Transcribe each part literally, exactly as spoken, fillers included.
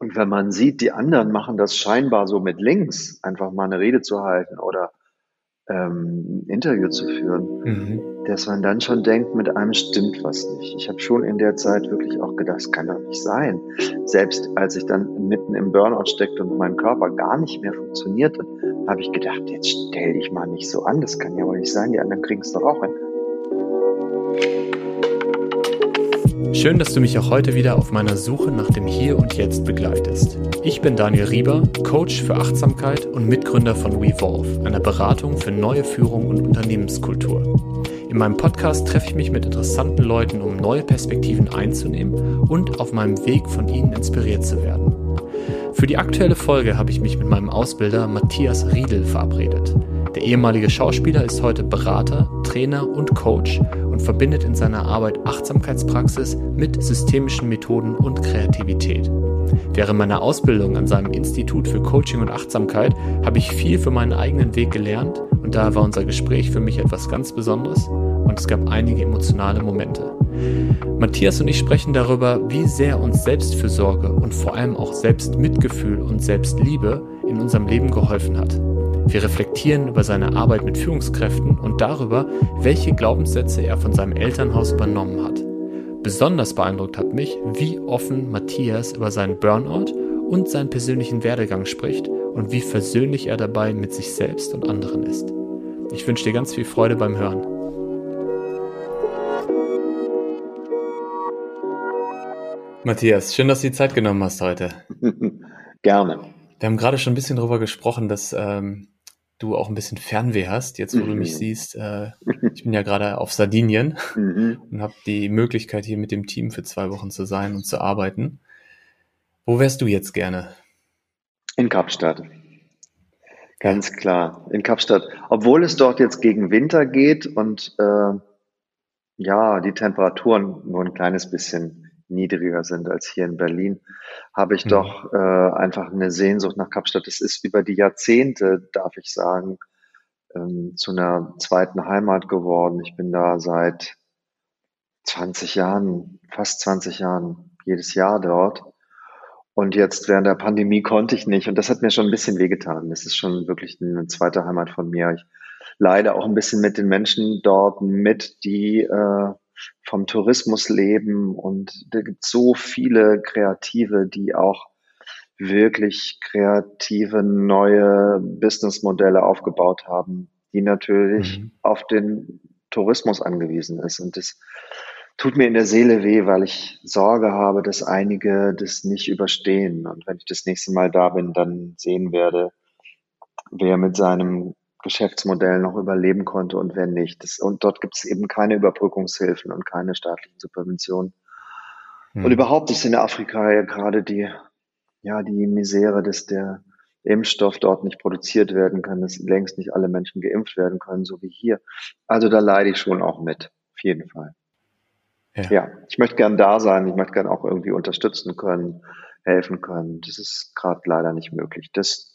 Und wenn man sieht, die anderen machen das scheinbar so mit links, einfach mal eine Rede zu halten oder ähm, ein Interview zu führen, Mhm. dass man dann schon denkt, mit einem stimmt was nicht. Ich habe schon in der Zeit wirklich auch gedacht, das kann doch nicht sein. Selbst als ich dann mitten im Burnout steckte und mein Körper gar nicht mehr funktionierte, habe ich gedacht, jetzt stell dich mal nicht so an, das kann ja wohl nicht sein, die anderen kriegen es doch auch hin. Schön, dass du mich auch heute wieder auf meiner Suche nach dem Hier und Jetzt begleitest. Ich bin Daniel Rieber, Coach für Achtsamkeit und Mitgründer von Revolve, einer Beratung für neue Führung und Unternehmenskultur. In meinem Podcast treffe ich mich mit interessanten Leuten, um neue Perspektiven einzunehmen und auf meinem Weg von ihnen inspiriert zu werden. Für die aktuelle Folge habe ich mich mit meinem Ausbilder Matthias Riedel verabredet. Der ehemalige Schauspieler ist heute Berater, Trainer und Coach und verbindet in seiner Arbeit Achtsamkeitspraxis mit systemischen Methoden und Kreativität. Während meiner Ausbildung an seinem Institut für Coaching und Achtsamkeit habe ich viel für meinen eigenen Weg gelernt und daher war unser Gespräch für mich etwas ganz Besonderes und es gab einige emotionale Momente. Matthias und ich sprechen darüber, wie sehr uns Selbstfürsorge und vor allem auch Selbstmitgefühl und Selbstliebe in unserem Leben geholfen hat. Wir reflektieren über seine Arbeit mit Führungskräften und darüber, welche Glaubenssätze er von seinem Elternhaus übernommen hat. Besonders beeindruckt hat mich, wie offen Matthias über seinen Burnout und seinen persönlichen Werdegang spricht und wie versöhnlich er dabei mit sich selbst und anderen ist. Ich wünsche dir ganz viel Freude beim Hören. Matthias, schön, dass du die Zeit genommen hast heute. Gerne. Wir haben gerade schon ein bisschen darüber gesprochen, dass ähm, du auch ein bisschen Fernweh hast, jetzt wo mhm. du mich siehst. Äh, ich bin ja gerade auf Sardinien mhm. und habe die Möglichkeit, hier mit dem Team für zwei Wochen zu sein und zu arbeiten. Wo wärst du jetzt gerne? In Kapstadt. Ganz ja. klar, in Kapstadt. Obwohl es dort jetzt gegen Winter geht und äh, ja, die Temperaturen nur ein kleines bisschen niedriger sind als hier in Berlin, habe ich mhm. doch äh, einfach eine Sehnsucht nach Kapstadt. Es ist über die Jahrzehnte, darf ich sagen, ähm, zu einer zweiten Heimat geworden. Ich bin da seit zwanzig Jahren, fast zwanzig Jahren, jedes Jahr dort. Und jetzt während der Pandemie konnte ich nicht. Und das hat mir schon ein bisschen wehgetan. Das ist schon wirklich eine zweite Heimat von mir. Ich leide auch ein bisschen mit den Menschen dort mit, die äh, vom Tourismus leben. Und da gibt so viele Kreative, die auch wirklich kreative neue Businessmodelle aufgebaut haben, die natürlich mhm. auf den Tourismus angewiesen ist. Und das tut mir in der Seele weh, weil ich Sorge habe, dass einige das nicht überstehen. Und wenn ich das nächste Mal da bin, dann sehen werde, wer mit seinem Geschäftsmodell noch überleben konnte und wer nicht. Das, und dort gibt es eben keine Überbrückungshilfen und keine staatlichen Subventionen. Hm. Und überhaupt ist in Afrika ja gerade die, ja, die Misere, dass der Impfstoff dort nicht produziert werden kann, dass längst nicht alle Menschen geimpft werden können, so wie hier. Also da leide ich schon auch mit, auf jeden Fall. Ja, ja ich möchte gern da sein, ich möchte gern auch irgendwie unterstützen können, helfen können. Das ist gerade leider nicht möglich. Das,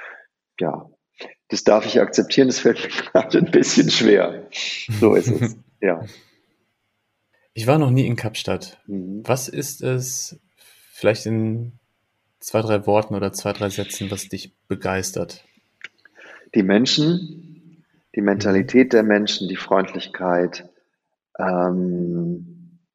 ja, das darf ich akzeptieren, das fällt mir gerade ein bisschen schwer. So ist es, ja. Ich war noch nie in Kapstadt. Mhm. Was ist es, vielleicht in zwei, drei Worten oder zwei, drei Sätzen, was dich begeistert? Die Menschen, die Mentalität mhm. der Menschen, die Freundlichkeit. Ähm,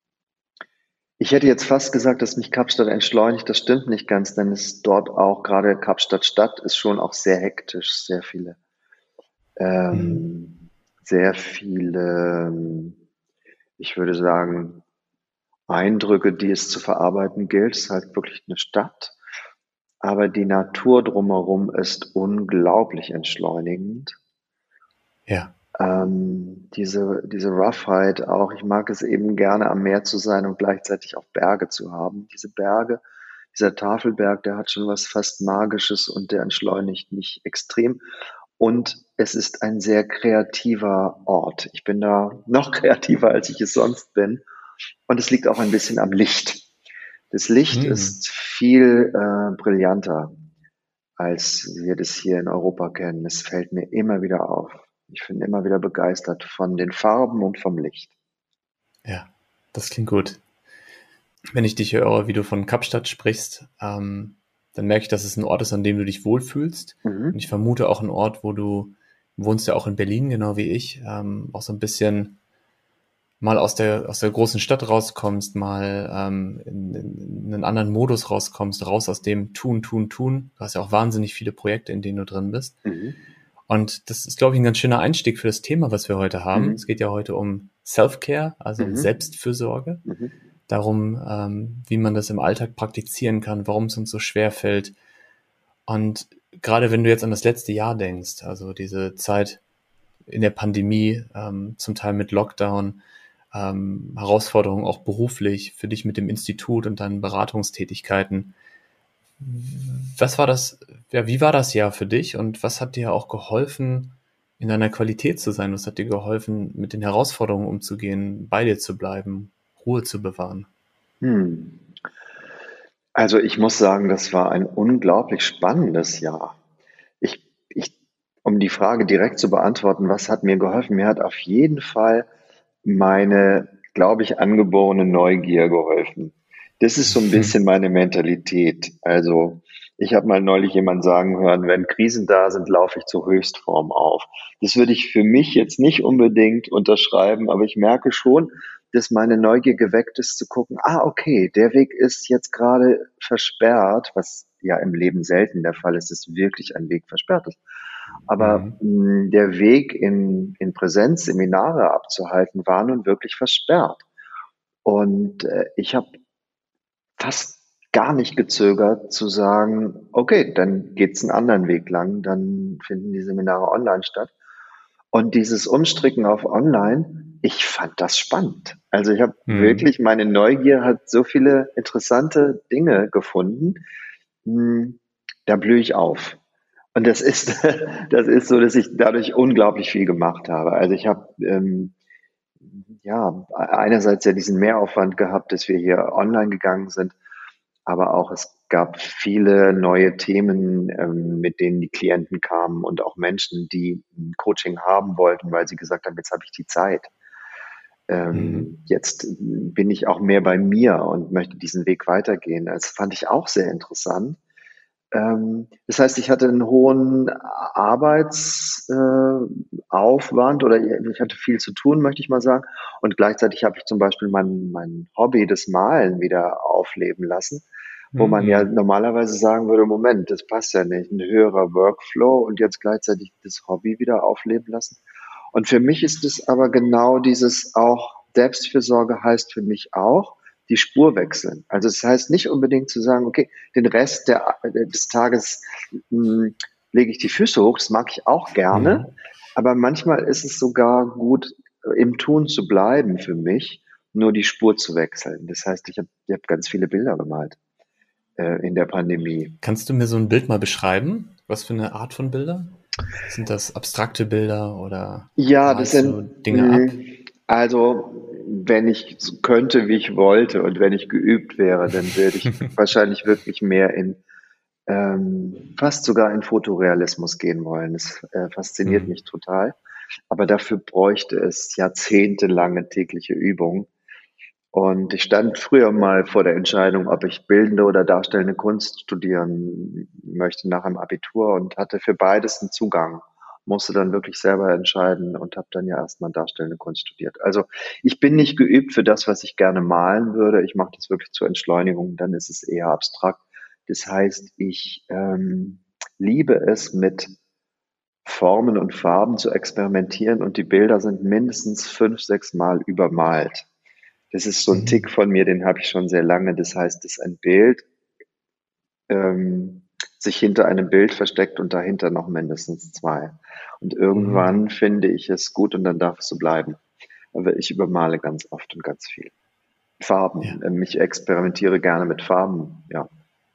ich hätte jetzt fast gesagt, dass mich Kapstadt entschleunigt. Das stimmt nicht ganz, denn es ist dort auch, gerade Kapstadt Stadt ist schon auch sehr hektisch, sehr viele, ähm, mhm. sehr viele, ich würde sagen, Eindrücke, die es zu verarbeiten gilt. Es ist halt wirklich eine Stadt, aber die Natur drumherum ist unglaublich entschleunigend. Ja. Ähm, diese, diese Roughheit auch. Ich mag es eben gerne am Meer zu sein und gleichzeitig auch Berge zu haben. Diese Berge, dieser Tafelberg, der hat schon was fast Magisches und der entschleunigt mich extrem. Und es ist ein sehr kreativer Ort. Ich bin da noch kreativer, als ich es sonst bin. Und es liegt auch ein bisschen am Licht. Das Licht hm. ist viel äh, brillanter, als wir das hier in Europa kennen. Es fällt mir immer wieder auf. Ich bin immer wieder begeistert von den Farben und vom Licht. Ja, das klingt gut. wenn ich dich höre, wie du von Kapstadt sprichst, ähm, dann merke ich, dass es ein Ort ist, an dem du dich wohlfühlst. Mhm. Und ich vermute auch ein Ort, wo du wohnst ja auch in Berlin, genau wie ich, ähm, auch so ein bisschen mal aus der aus der großen Stadt rauskommst, mal ähm, in, in einen anderen Modus rauskommst, raus aus dem Tun, Tun, Tun. Du hast ja auch wahnsinnig viele Projekte, in denen du drin bist. Mhm. Und das ist, glaube ich, ein ganz schöner Einstieg für das Thema, was wir heute haben. Mhm. Es geht ja heute um Self-Care, also um Mhm. Selbstfürsorge. Mhm. Darum, ähm, wie man das im Alltag praktizieren kann, warum es uns so schwer fällt. Und gerade wenn du jetzt an das letzte Jahr denkst, also diese Zeit in der Pandemie, ähm, zum Teil mit Lockdown, ähm, Herausforderungen auch beruflich für dich mit dem Institut und deinen Beratungstätigkeiten. Was war das, ja, wie war das Jahr für dich und was hat dir auch geholfen, in deiner Qualität zu sein? Was hat dir geholfen, mit den Herausforderungen umzugehen, bei dir zu bleiben, Ruhe zu bewahren? Hm. Also ich muss sagen, das war ein unglaublich spannendes Jahr. Ich, ich, um die Frage direkt zu beantworten, was hat mir geholfen? Mir hat auf jeden Fall meine, glaube ich, angeborene Neugier geholfen. Das ist so ein bisschen meine Mentalität. Also ich habe mal neulich jemand sagen hören, wenn Krisen da sind, laufe ich zur Höchstform auf. Das würde ich für mich jetzt nicht unbedingt unterschreiben, aber ich merke schon, dass meine Neugier geweckt ist, zu gucken, ah, okay, der Weg ist jetzt gerade versperrt, was ja im Leben selten der Fall ist, dass wirklich ein Weg versperrt ist. Aber Mhm. mh, der Weg in, in Präsenz, Seminare abzuhalten, war nun wirklich versperrt. Und äh, ich habe fast gar nicht gezögert zu sagen, okay, dann geht's einen anderen Weg lang, dann finden die Seminare online statt. Und dieses Umstricken auf online, ich fand das spannend. Also ich habe Mhm. wirklich, meine Neugier hat so viele interessante Dinge gefunden. Hm, Da blühe ich auf. Und das ist, das ist so, dass ich dadurch unglaublich viel gemacht habe. Also ich habe ähm, ja einerseits ja diesen Mehraufwand gehabt, dass wir hier online gegangen sind, aber auch es gab viele neue Themen, ähm, mit denen die Klienten kamen und auch Menschen, die ein Coaching haben wollten, weil sie gesagt haben, jetzt habe ich die Zeit. Mhm. Ähm, jetzt bin ich auch mehr bei mir und möchte diesen Weg weitergehen. Das fand ich auch sehr interessant. Ähm, das heißt, ich hatte einen hohen Arbeitsaufwand äh, Aufwand oder ich hatte viel zu tun, möchte ich mal sagen. Und gleichzeitig habe ich zum Beispiel mein, mein Hobby, das Malen, wieder aufleben lassen, wo man ja Mhm. normalerweise sagen würde, Moment, das passt ja nicht, ein höherer Workflow und jetzt gleichzeitig das Hobby wieder aufleben lassen. Und für mich ist es aber genau dieses auch, Selbstfürsorge heißt für mich auch, die Spur wechseln. Also es das heißt nicht unbedingt zu sagen, okay, den Rest der, des Tages mh, lege ich die Füße hoch, das mag ich auch gerne, Mhm. aber manchmal ist es sogar gut, im Tun zu bleiben für mich, nur die Spur zu wechseln. Das heißt, ich habe ich hab ganz viele Bilder gemalt äh, in der Pandemie. Kannst du mir so ein Bild mal beschreiben? Was für eine Art von Bilder? Sind das abstrakte Bilder oder Ja, das malst du sind, Dinge ab? mh, also wenn ich so könnte, wie ich wollte und wenn ich geübt wäre, dann würde ich wahrscheinlich wirklich mehr in ähm, fast sogar in Fotorealismus gehen wollen. Das äh, fasziniert Mhm. mich total. Aber dafür bräuchte es jahrzehntelange tägliche Übung. Und ich stand früher mal vor der Entscheidung, ob ich bildende oder darstellende Kunst studieren möchte nach dem Abitur und hatte für beides einen Zugang. Musste dann wirklich selber entscheiden und habe dann ja erstmal darstellende Kunst studiert. Also ich bin nicht geübt für das, was ich gerne malen würde. Ich mache das wirklich zur Entschleunigung, dann ist es eher abstrakt. Das heißt, ich ähm, liebe es, mit Formen und Farben zu experimentieren und die Bilder sind mindestens fünf, sechs Mal übermalt. Das ist so ein Tick Mhm. von mir, den habe ich schon sehr lange. Das heißt, dass ein Bild ähm, sich hinter einem Bild versteckt und dahinter noch mindestens zwei. Und Mhm. irgendwann finde ich es gut und dann darf es so bleiben. Aber ich übermale ganz oft und ganz viel. Ja. Farben. Ähm, Ich experimentiere gerne mit Farben. Ja,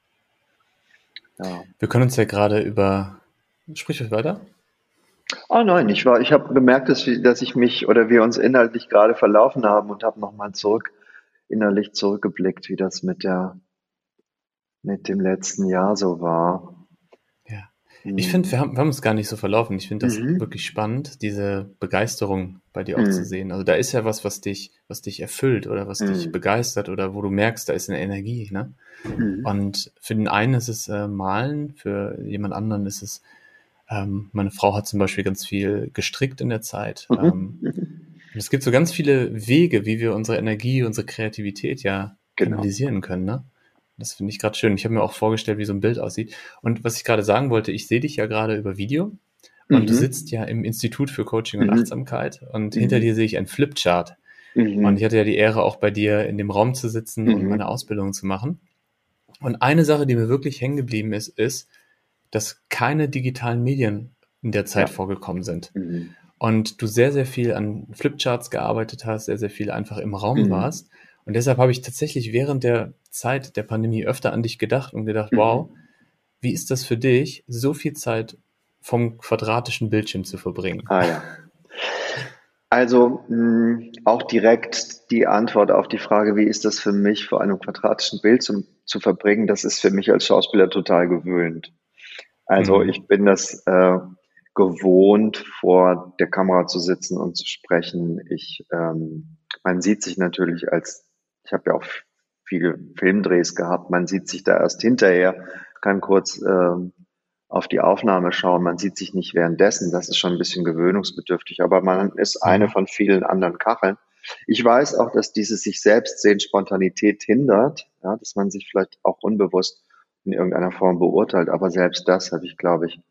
ja. Wir können uns ja gerade über. Sprich euch weiter. Oh nein, ich war, ich habe gemerkt, dass, wir, dass ich mich oder wir uns inhaltlich gerade verlaufen haben und habe nochmal zurück, innerlich zurückgeblickt, wie das mit der, mit dem letzten Jahr so war. Ja. Ich finde, wir haben, wir haben uns gar nicht so verlaufen. Ich finde das Mhm. wirklich spannend, diese Begeisterung bei dir auch zu Mhm. sehen. Also da ist ja was, was dich, was dich erfüllt oder was dich Mhm. begeistert oder wo du merkst, da ist eine Energie, ne? Mhm. Und für den einen ist es äh, Malen, für jemand anderen ist es, ähm, meine Frau hat zum Beispiel ganz viel gestrickt in der Zeit. Ähm, Mhm. und es gibt so ganz viele Wege, wie wir unsere Energie, unsere Kreativität ja Genau. kanalisieren können, ne? Das finde ich gerade schön. Ich habe mir auch vorgestellt, wie so ein Bild aussieht. Und was ich gerade sagen wollte, ich sehe dich ja gerade über Video und du sitzt Mhm. ja im Institut für Coaching und Mhm. Achtsamkeit und hinter dir Mhm. sehe ich ein Flipchart. Und ich Mhm. hatte ja die Ehre, auch bei dir in dem Raum zu sitzen und meine Mhm. Ausbildung zu machen. Und eine Sache, die mir wirklich hängen geblieben ist, ist, dass keine digitalen Medien in der Zeit Ja. vorgekommen sind. Mhm. Und du sehr, sehr viel an Flipcharts gearbeitet hast, sehr, sehr viel einfach im Raum Mhm. warst. Und deshalb habe ich tatsächlich während der Zeit der Pandemie öfter an dich gedacht und gedacht, wow, Mhm. wie ist das für dich, so viel Zeit vom quadratischen Bildschirm zu verbringen? Ah ja. Also mh, auch direkt die Antwort auf die Frage, wie ist das für mich, vor einem quadratischen Bild zum, zu verbringen, das ist für mich als Schauspieler total gewöhnt. Also Mhm. ich bin das äh, gewohnt, vor der Kamera zu sitzen und zu sprechen. Ich, ähm, man sieht sich natürlich als, ich habe ja auch viele Filmdrehs gehabt, man sieht sich da erst hinterher, kann kurz ähm, auf die Aufnahme schauen, man sieht sich nicht währenddessen, das ist schon ein bisschen gewöhnungsbedürftig, aber man ist eine Mhm. von vielen anderen Kacheln. Ich weiß auch, dass dieses sich selbst sehen Spontanität hindert, ja, dass man sich vielleicht auch unbewusst in irgendeiner Form beurteilt. Aber selbst das habe ich, glaube ich,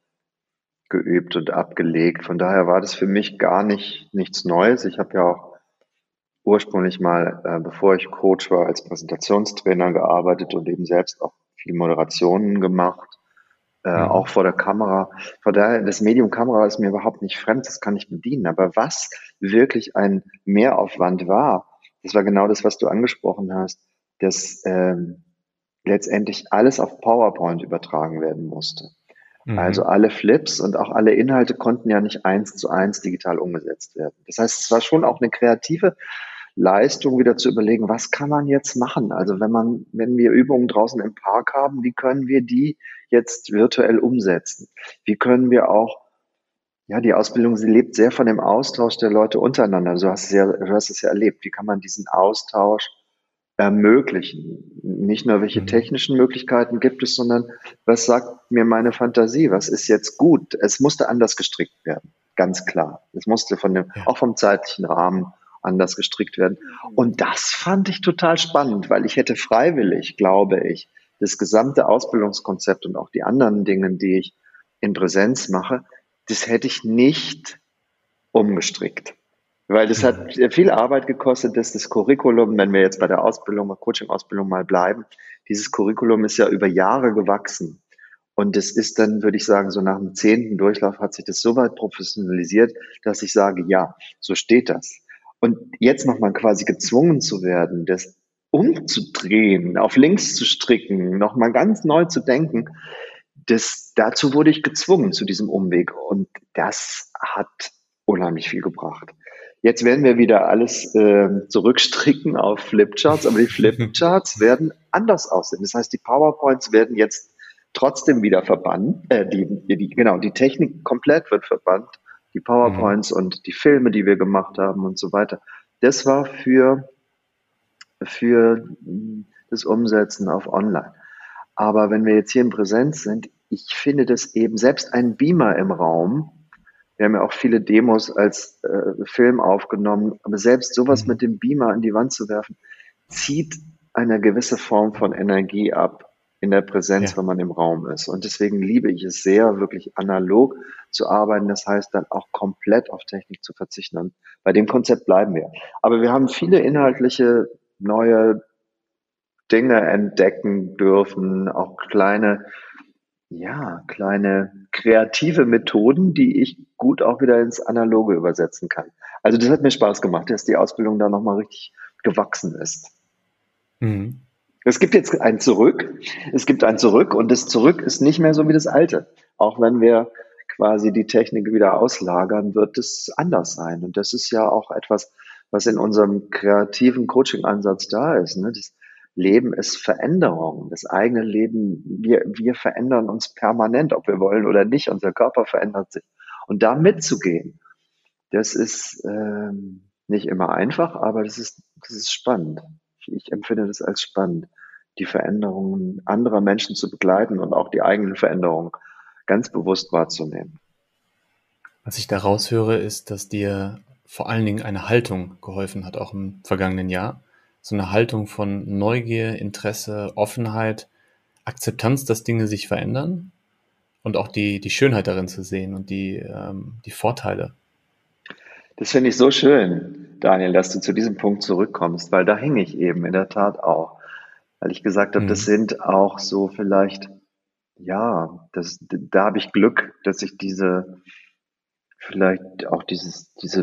geübt und abgelegt. Von daher war das für mich gar nicht nichts Neues. Ich habe ja auch ursprünglich mal, äh, bevor ich Coach war, als Präsentationstrainer gearbeitet und eben selbst auch viel Moderationen gemacht, äh, auch Mhm. vor der Kamera. Von daher, das Medium Kamera ist mir überhaupt nicht fremd, das kann ich bedienen. Aber was wirklich ein Mehraufwand war, das war genau das, was du angesprochen hast, dass ähm, letztendlich alles auf PowerPoint übertragen werden musste. Also Mhm. alle Flips und auch alle Inhalte konnten ja nicht eins zu eins digital umgesetzt werden. Das heißt, es war schon auch eine kreative Leistung, wieder zu überlegen, was kann man jetzt machen? Also wenn man, wenn wir Übungen draußen im Park haben, wie können wir die jetzt virtuell umsetzen? Wie können wir auch, ja, die Ausbildung, sie lebt sehr von dem Austausch der Leute untereinander. Du hast es ja, du hast es ja erlebt. Wie kann man diesen Austausch ermöglichen? Nicht nur, welche Mhm. technischen Möglichkeiten gibt es, sondern was sagt mir meine Fantasie? Was ist jetzt gut? Es musste anders gestrickt werden, ganz klar. Es musste von dem, Ja. auch vom zeitlichen Rahmen anders gestrickt werden. Und das fand ich total spannend, weil ich hätte freiwillig, glaube ich, das gesamte Ausbildungskonzept und auch die anderen Dinge, die ich in Präsenz mache, das hätte ich nicht umgestrickt. Weil das hat Mhm. viel Arbeit gekostet, dass das Curriculum, wenn wir jetzt bei der Ausbildung, Coaching-Ausbildung mal bleiben, dieses Curriculum ist ja über Jahre gewachsen. Und es ist dann, würde ich sagen, so nach dem zehnten Durchlauf hat sich das so weit professionalisiert, dass ich sage, ja, so steht das. Und jetzt nochmal quasi gezwungen zu werden, das umzudrehen, auf links zu stricken, nochmal ganz neu zu denken, das, dazu wurde ich gezwungen, zu diesem Umweg. Und das hat unheimlich viel gebracht. Jetzt werden wir wieder alles äh, zurückstricken auf Flipcharts, aber die Flipcharts werden anders aussehen. Das heißt, die PowerPoints werden jetzt trotzdem wieder verbannt, äh, die, die, genau, die Technik komplett wird verbannt, die Mhm. PowerPoints und die Filme, die wir gemacht haben und so weiter. Das war für, für das Umsetzen auf Online. Aber wenn wir jetzt hier in Präsenz sind, ich finde das eben selbst ein Beamer im Raum. Wir haben ja auch viele Demos als äh, Film aufgenommen, aber selbst sowas mit Mhm. dem Beamer an die Wand zu werfen, zieht eine gewisse Form von Energie ab in der Präsenz, Ja. wenn man im Raum ist. Und deswegen liebe ich es sehr, wirklich analog zu arbeiten. Das heißt dann auch komplett auf Technik zu verzichten. Und bei dem Konzept bleiben wir. Aber wir haben viele inhaltliche neue Dinge entdecken dürfen, auch kleine, ja, kleine kreative Methoden, die ich gut auch wieder ins Analoge übersetzen kann. Also das hat mir Spaß gemacht, dass die Ausbildung da nochmal richtig gewachsen ist. Mhm. Es gibt jetzt ein Zurück, es gibt ein Zurück und das Zurück ist nicht mehr so wie das Alte. Auch wenn wir quasi die Technik wieder auslagern, wird es anders sein. Und das ist ja auch etwas, was in unserem kreativen Coaching-Ansatz da ist. Ne? Das, Leben ist Veränderung. Das eigene Leben, wir, wir verändern uns permanent, ob wir wollen oder nicht. Unser Körper verändert sich. Und da mitzugehen, das ist ähm, nicht immer einfach, aber das ist, das ist spannend. Ich, ich empfinde das als spannend, die Veränderungen anderer Menschen zu begleiten und auch die eigenen Veränderungen ganz bewusst wahrzunehmen. Was ich da raushöre, ist, dass dir vor allen Dingen eine Haltung geholfen hat, auch im vergangenen Jahr. So eine Haltung von Neugier, Interesse, Offenheit, Akzeptanz, dass Dinge sich verändern und auch die, die Schönheit darin zu sehen und die, ähm, die Vorteile. Das finde ich so schön, Daniel, dass du zu diesem Punkt zurückkommst, weil da hänge ich eben in der Tat auch. Weil ich gesagt habe, das Mhm. sind auch so vielleicht, ja, das, da habe ich Glück, dass ich diese, vielleicht auch dieses, diese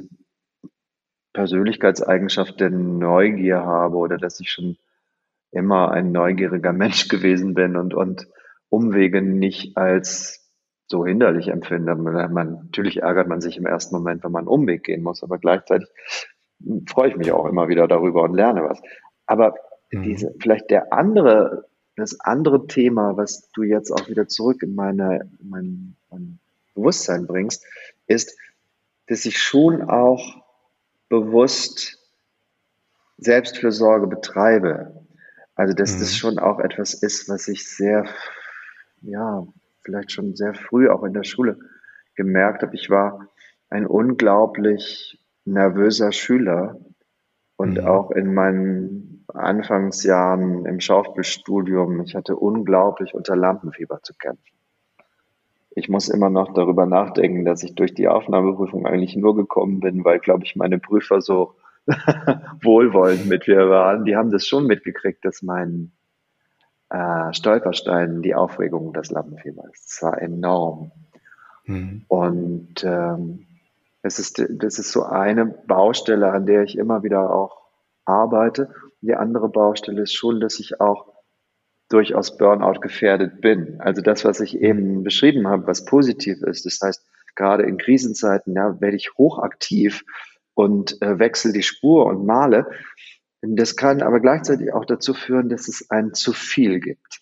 Persönlichkeitseigenschaft der Neugier habe oder dass ich schon immer ein neugieriger Mensch gewesen bin und, und Umwege nicht als so hinderlich empfinde. Man, man, natürlich ärgert man sich im ersten Moment, wenn man einen Umweg gehen muss, aber gleichzeitig freue ich mich auch immer wieder darüber und lerne was. Aber Mhm. diese, vielleicht der andere, das andere Thema, was du jetzt auch wieder zurück in meine, in mein, mein Bewusstsein bringst, ist, dass ich schon auch bewusst Selbstfürsorge betreibe. Also, dass das Mhm. schon auch etwas ist, was ich sehr, ja, vielleicht schon sehr früh auch in der Schule gemerkt habe. Ich war ein unglaublich nervöser Schüler und Mhm. auch in meinen Anfangsjahren im Schauspielstudium, ich hatte unglaublich unter Lampenfieber zu kämpfen. Ich muss immer noch darüber nachdenken, dass ich durch die Aufnahmeprüfung eigentlich nur gekommen bin, weil, glaube ich, meine Prüfer so wohlwollend mit mir waren. Die haben das schon mitgekriegt, dass mein äh, Stolperstein die Aufregung und das Lampenfieber ist. Das war enorm. Mhm. Und ähm, das ist, das ist so eine Baustelle, an der ich immer wieder auch arbeite. Die andere Baustelle ist schon, dass ich auch durchaus Burnout gefährdet bin. Also das, was ich Mhm. eben beschrieben habe, was positiv ist. Das heißt, gerade in Krisenzeiten, ja, werde ich hochaktiv und äh, wechsle die Spur und male. Das kann aber gleichzeitig auch dazu führen, dass es ein zu viel gibt.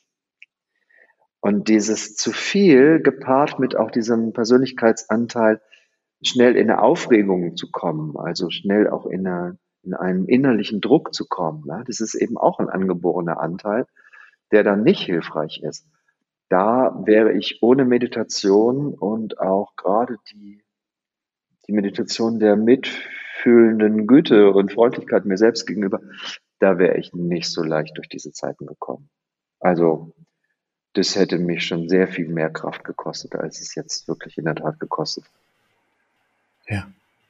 Und dieses zu viel gepaart mit auch diesem Persönlichkeitsanteil, schnell in eine Aufregung zu kommen, also schnell auch in, eine, in einen innerlichen Druck zu kommen. Ne? Das ist eben auch ein angeborener Anteil, der dann nicht hilfreich ist. Da wäre ich ohne Meditation und auch gerade die, die Meditation der mitfühlenden Güte und Freundlichkeit mir selbst gegenüber, da wäre ich nicht so leicht durch diese Zeiten gekommen. Also das hätte mich schon sehr viel mehr Kraft gekostet, als es jetzt wirklich in der Tat gekostet. Ja.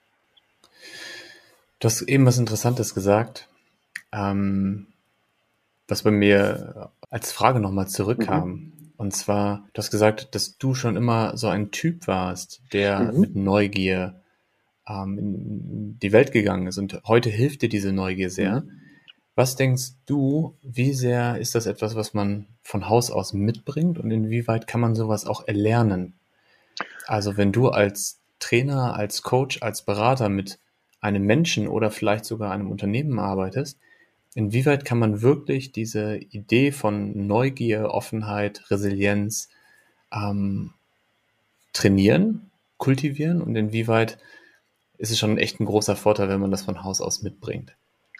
Du hast eben was Interessantes gesagt, ähm, was bei mir als Frage nochmal Mhm. zurückkam. Und zwar, du hast gesagt, dass du schon immer so ein Typ warst, der mit Mhm. Neugier ähm, in die Welt gegangen ist. Und heute hilft dir diese Neugier sehr. Mhm. Was denkst du, wie sehr ist das etwas, was man von Haus aus mitbringt und inwieweit kann man sowas auch erlernen? Also wenn du als Trainer, als Coach, als Berater mit einem Menschen oder vielleicht sogar einem Unternehmen arbeitest, inwieweit kann man wirklich diese Idee von Neugier, Offenheit, Resilienz ähm, trainieren, kultivieren und inwieweit ist es schon echt ein großer Vorteil, wenn man das von Haus aus mitbringt?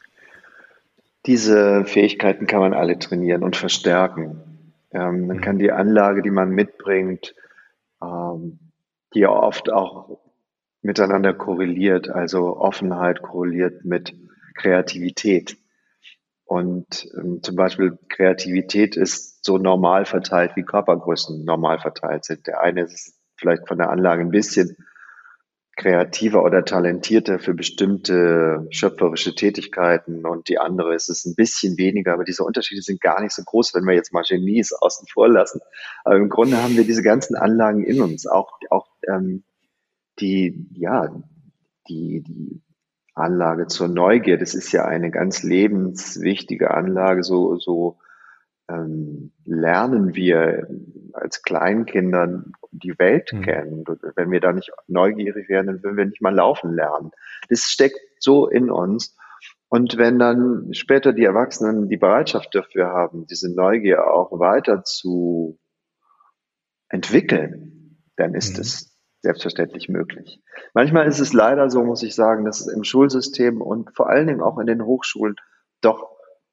Diese Fähigkeiten kann man alle trainieren und verstärken. Ähm, man kann Mhm. die Anlage, die man mitbringt, ähm, die ja oft auch miteinander korreliert, also Offenheit korreliert mit Kreativität. Und ähm, zum Beispiel Kreativität ist so normal verteilt, wie Körpergrößen normal verteilt sind. Der eine ist vielleicht von der Anlage ein bisschen kreativer oder talentierter für bestimmte schöpferische Tätigkeiten und die andere ist es ein bisschen weniger, aber diese Unterschiede sind gar nicht so groß, wenn wir jetzt mal Genies außen vor lassen. Aber im Grunde haben wir diese ganzen Anlagen in uns, auch, auch ähm, die, ja, die, die Anlage zur Neugier, das ist ja eine ganz lebenswichtige Anlage, so, so ähm, lernen wir als Kleinkinder die Welt Mhm. kennen. Wenn wir da nicht neugierig wären, dann würden wir nicht mal laufen lernen. Das steckt so in uns. Und wenn dann später die Erwachsenen die Bereitschaft dafür haben, diese Neugier auch weiter zu entwickeln, dann ist Mhm. es selbstverständlich möglich. Manchmal ist es leider so, muss ich sagen, dass es im Schulsystem und vor allen Dingen auch in den Hochschulen doch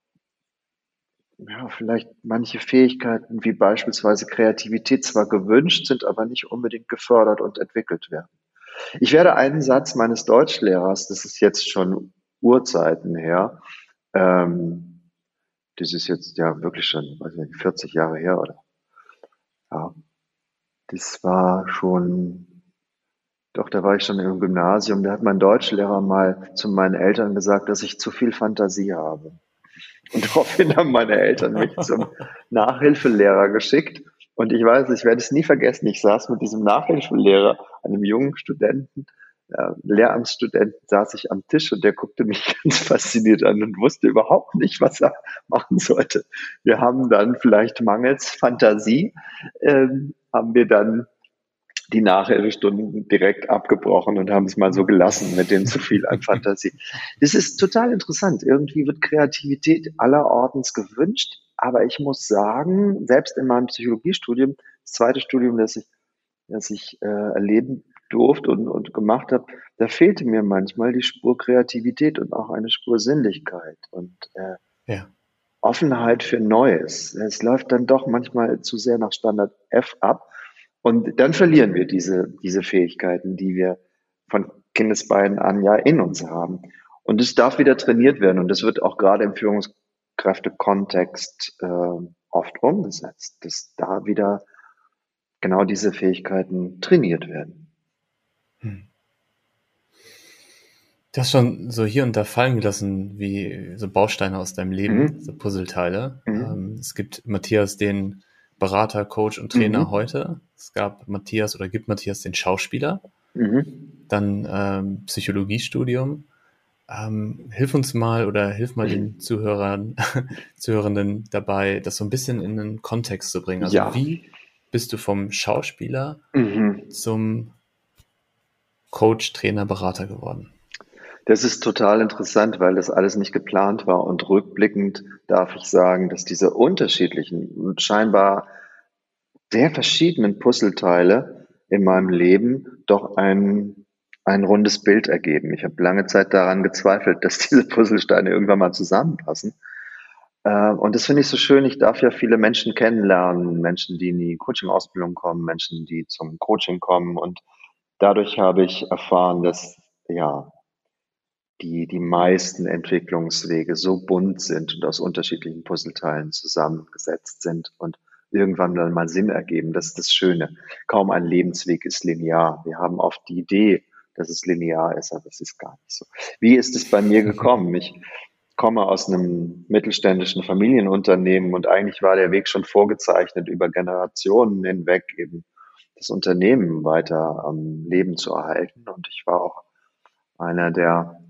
ja, vielleicht manche Fähigkeiten wie beispielsweise Kreativität zwar gewünscht sind, aber nicht unbedingt gefördert und entwickelt werden. Ich werde einen Satz meines Deutschlehrers, das ist jetzt schon Urzeiten her, ähm, das ist jetzt ja wirklich schon, weiß ich nicht, vierzig Jahre her oder ja, das war schon, doch, da war ich schon im Gymnasium, da hat mein Deutschlehrer mal zu meinen Eltern gesagt, dass ich zu viel Fantasie habe. Und daraufhin haben meine Eltern mich zum Nachhilfelehrer geschickt. Und ich weiß, ich werde es nie vergessen. Ich saß mit diesem Nachhilfelehrer, einem jungen Studenten, äh, Lehramtsstudenten, saß ich am Tisch und der guckte mich ganz fasziniert an und wusste überhaupt nicht, was er machen sollte. Wir haben dann vielleicht mangels Fantasie, ähm, haben wir dann die Nachhilfestunden direkt abgebrochen und haben es mal so gelassen mit dem zu viel an Fantasie. Das ist total interessant. Irgendwie wird Kreativität allerortens gewünscht, aber ich muss sagen, selbst in meinem Psychologiestudium, das zweite Studium, das ich, das ich äh, erleben durfte und, und gemacht habe, da fehlte mir manchmal die Spur Kreativität und auch eine Spur Sinnlichkeit und äh, Ja. Offenheit für Neues. Es läuft dann doch manchmal zu sehr nach Standard F ab. Und dann verlieren wir diese, diese Fähigkeiten, die wir von Kindesbeinen an ja in uns haben. Und es darf wieder trainiert werden. Und das wird auch gerade im Führungskräftekontext äh, oft umgesetzt, dass da wieder genau diese Fähigkeiten trainiert werden. Hm. Du hast schon so hier und da fallen gelassen, wie so Bausteine aus deinem Leben, Mhm. so Puzzleteile. Ähm, Mhm. es gibt Matthias, den Berater, Coach und Trainer Mhm. heute. Es gab Matthias oder gibt Matthias den Schauspieler, Mhm. dann ähm, Psychologiestudium. Ähm, hilf uns mal oder hilf mal den Zuhörern, Zuhörenden dabei, das so ein bisschen in einen Kontext zu bringen. Also Ja. wie bist du vom Schauspieler Mhm. zum Coach, Trainer, Berater geworden? Das ist total interessant, weil das alles nicht geplant war. Und rückblickend darf ich sagen, dass diese unterschiedlichen und scheinbar sehr verschiedenen Puzzleteile in meinem Leben doch ein, ein rundes Bild ergeben. Ich habe lange Zeit daran gezweifelt, dass diese Puzzlesteine irgendwann mal zusammenpassen. Äh, und das finde ich so schön. Ich darf ja viele Menschen kennenlernen, Menschen, die in die Coaching-Ausbildung kommen, Menschen, die zum Coaching kommen. Und dadurch habe ich erfahren, dass ja die, die meisten Entwicklungswege so bunt sind und aus unterschiedlichen Puzzleteilen zusammengesetzt sind und irgendwann dann mal Sinn ergeben. Das ist das Schöne. Kaum ein Lebensweg ist linear. Wir haben oft die Idee, dass es linear ist, aber es ist gar nicht so. Wie ist es bei mir gekommen? Ich komme aus einem mittelständischen Familienunternehmen und eigentlich war der Weg schon vorgezeichnet, über Generationen hinweg eben das Unternehmen weiter am Leben zu erhalten. Und ich war auch einer der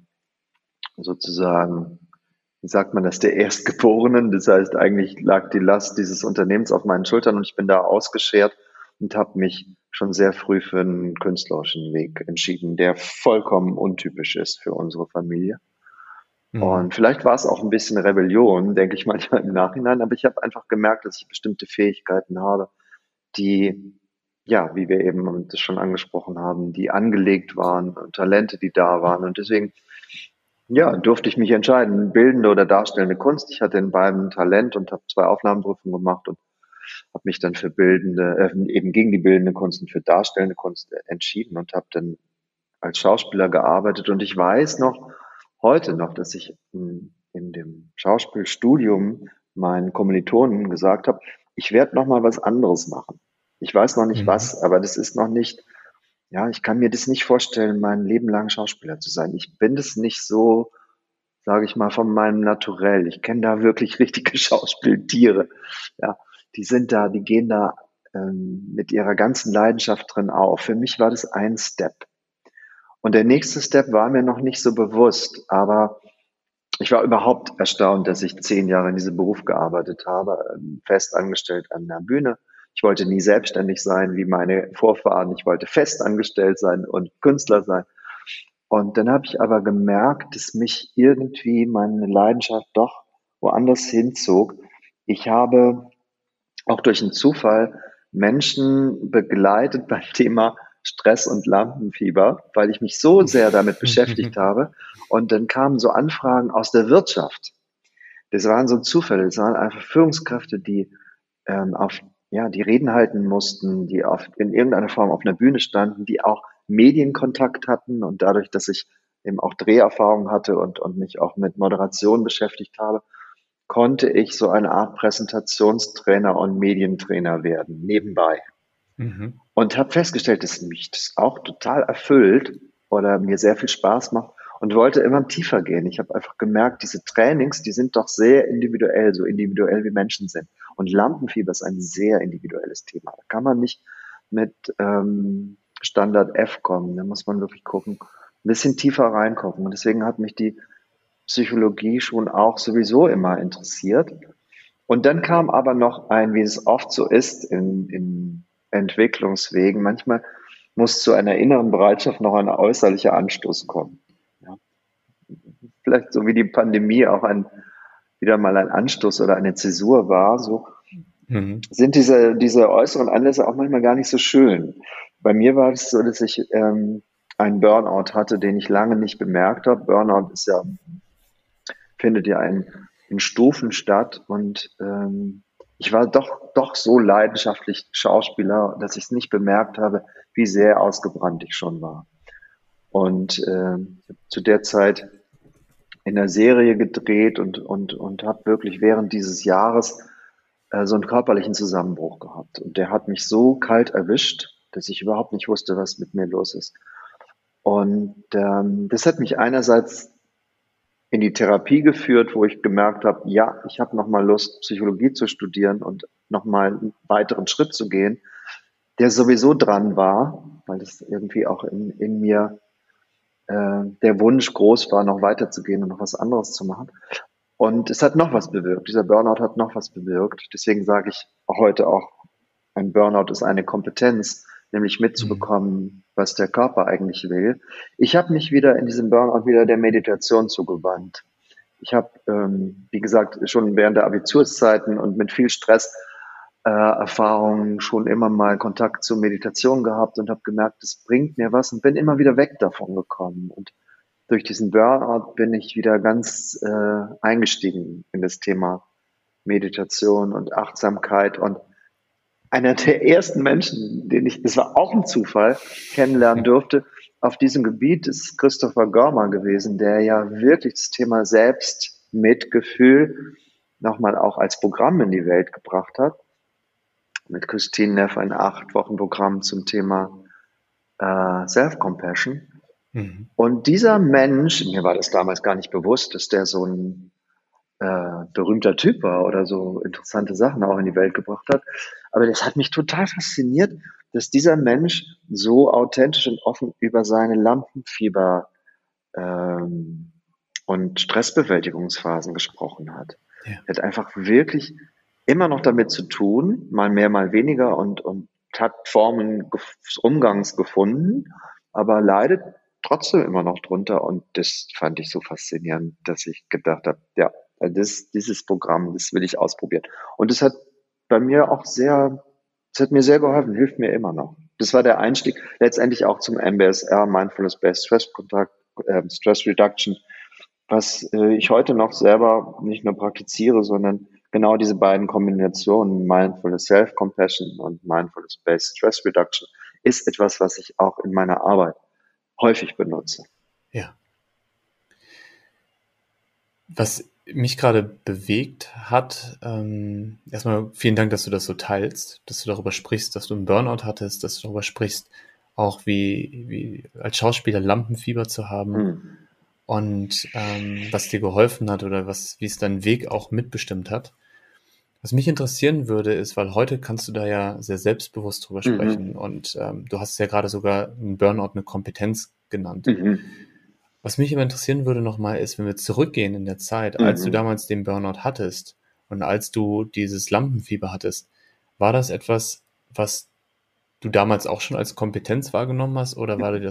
sozusagen, wie sagt man das, der Erstgeborenen. Das heißt, eigentlich lag die Last dieses Unternehmens auf meinen Schultern und ich bin da ausgeschert und habe mich schon sehr früh für einen künstlerischen Weg entschieden, der vollkommen untypisch ist für unsere Familie. Mhm. Und vielleicht war es auch ein bisschen Rebellion, denke ich manchmal im Nachhinein, aber ich habe einfach gemerkt, dass ich bestimmte Fähigkeiten habe, die, ja, wie wir eben das schon angesprochen haben, die angelegt waren, Talente, die da waren. Und deswegen ja, durfte ich mich entscheiden, bildende oder darstellende Kunst. Ich hatte in beiden Talent und habe zwei Aufnahmeprüfungen gemacht und habe mich dann für bildende, äh, eben gegen die bildende Kunst und für darstellende Kunst entschieden und habe dann als Schauspieler gearbeitet. Und ich weiß noch, heute noch, dass ich in, in dem Schauspielstudium meinen Kommilitonen gesagt habe, ich werde noch mal was anderes machen. Ich weiß noch nicht Mhm. was, aber das ist noch nicht, ja, ich kann mir das nicht vorstellen, mein Leben lang Schauspieler zu sein. Ich bin das nicht so, sage ich mal, von meinem Naturell. Ich kenne da wirklich richtige Schauspieltiere. Ja, die sind da, die gehen da ähm, mit ihrer ganzen Leidenschaft drin auf. Für mich war das ein Step. Und der nächste Step war mir noch nicht so bewusst, aber ich war überhaupt erstaunt, dass ich zehn Jahre in diesem Beruf gearbeitet habe, ähm, fest angestellt an der Bühne. Ich wollte nie selbstständig sein wie meine Vorfahren. Ich wollte fest angestellt sein und Künstler sein. Und dann habe ich aber gemerkt, dass mich irgendwie meine Leidenschaft doch woanders hinzog. Ich habe auch durch einen Zufall Menschen begleitet beim Thema Stress und Lampenfieber, weil ich mich so sehr damit beschäftigt habe. Und dann kamen so Anfragen aus der Wirtschaft. Das waren so Zufälle, das waren einfach Führungskräfte, die ähm, auf, ja, die Reden halten mussten, die auf, in irgendeiner Form auf einer Bühne standen, die auch Medienkontakt hatten und dadurch, dass ich eben auch Dreherfahrung hatte und, und mich auch mit Moderation beschäftigt habe, konnte ich so eine Art Präsentationstrainer und Medientrainer werden, nebenbei. Mhm. Und habe festgestellt, dass mich das auch total erfüllt oder mir sehr viel Spaß macht und wollte immer tiefer gehen. Ich habe einfach gemerkt, diese Trainings, die sind doch sehr individuell, so individuell wie Menschen sind. Und Lampenfieber ist ein sehr individuelles Thema. Da kann man nicht mit ähm, Standard F kommen. Da muss man wirklich gucken, ein bisschen tiefer reingucken. Und deswegen hat mich die Psychologie schon auch sowieso immer interessiert. Und dann kam aber noch ein, wie es oft so ist in, in Entwicklungswegen, manchmal muss zu einer inneren Bereitschaft noch ein äußerlicher Anstoß kommen. Ja. Vielleicht so wie die Pandemie auch ein, wieder mal ein Anstoß oder eine Zäsur war, so Mhm. sind diese, diese äußeren Anlässe auch manchmal gar nicht so schön. Bei mir war es so, dass ich ähm, einen Burnout hatte, den ich lange nicht bemerkt habe. Burnout ist ja findet ja in, in Stufen statt und ähm, ich war doch, doch so leidenschaftlich Schauspieler, dass ich es nicht bemerkt habe, wie sehr ausgebrannt ich schon war. Und äh, ich habe zu der Zeit in der Serie gedreht und, und, und habe wirklich während dieses Jahres äh, so einen körperlichen Zusammenbruch gehabt. Und der hat mich so kalt erwischt, dass ich überhaupt nicht wusste, was mit mir los ist. Und ähm, das hat mich einerseits in die Therapie geführt, wo ich gemerkt habe, ja, ich habe nochmal Lust, Psychologie zu studieren und nochmal einen weiteren Schritt zu gehen, der sowieso dran war, weil es irgendwie auch in, in mir äh, der Wunsch groß war, noch weiterzugehen und noch was anderes zu machen. Und es hat noch was bewirkt. Dieser Burnout hat noch was bewirkt. Deswegen sage ich heute auch, ein Burnout ist eine Kompetenz, nämlich Mhm. mitzubekommen, was der Körper eigentlich will. Ich habe mich wieder in diesem Burnout wieder der Meditation zugewandt. Ich habe, ähm, wie gesagt, schon während der Abiturszeiten und mit viel Stress äh, Erfahrungen schon immer mal Kontakt zur Meditation gehabt und habe gemerkt, es bringt mir was und bin immer wieder weg davon gekommen. Und durch diesen Burnout bin ich wieder ganz äh, eingestiegen in das Thema Meditation und Achtsamkeit. Und einer der ersten Menschen, den ich, das war auch ein Zufall, kennenlernen durfte auf diesem Gebiet, ist Christopher Gormer gewesen, der ja wirklich das Thema Selbstmitgefühl nochmal auch als Programm in die Welt gebracht hat. Mit Christine Neff ein acht Wochen Programm zum Thema äh, Self-Compassion. Mhm. Und dieser Mensch, mir war das damals gar nicht bewusst, dass der so ein äh, berühmter Typ war oder so interessante Sachen auch in die Welt gebracht hat. Aber das hat mich total fasziniert, dass dieser Mensch so authentisch und offen über seine Lampenfieber ähm, und Stressbewältigungsphasen gesprochen hat. Ja. Er hat einfach wirklich immer noch damit zu tun, mal mehr, mal weniger und, und hat Formen des Umgangs gefunden, aber leidet trotzdem immer noch drunter und das fand ich so faszinierend, dass ich gedacht habe, ja, das, dieses Programm, das will ich ausprobieren. Und es hat bei mir auch sehr, es hat mir sehr geholfen, hilft mir immer noch. Das war der Einstieg letztendlich auch zum M B S R, Mindfulness Based Stress Kontakt, äh, Stress Reduction, was äh, ich heute noch selber nicht nur praktiziere, sondern genau diese beiden Kombinationen, Mindfulness Self-Compassion und Mindfulness Based Stress Reduction, ist etwas, was ich auch in meiner Arbeit häufig benutze. Ja. Was mich gerade bewegt hat, ähm, erstmal vielen Dank, dass du das so teilst, dass du darüber sprichst, dass du einen Burnout hattest, dass du darüber sprichst, auch wie, wie als Schauspieler Lampenfieber zu haben Hm. und ähm, was dir geholfen hat oder was, wie es deinen Weg auch mitbestimmt hat. Was mich interessieren würde, ist, weil heute kannst du da ja sehr selbstbewusst drüber sprechen Mhm. und ähm, du hast ja gerade sogar einen Burnout eine Kompetenz genannt. Mhm. Was mich aber interessieren würde nochmal ist, wenn wir zurückgehen in der Zeit, als du Mhm. damals den Burnout hattest und als du dieses Lampenfieber hattest, war das etwas, was du damals auch schon als Kompetenz wahrgenommen hast oder war dir das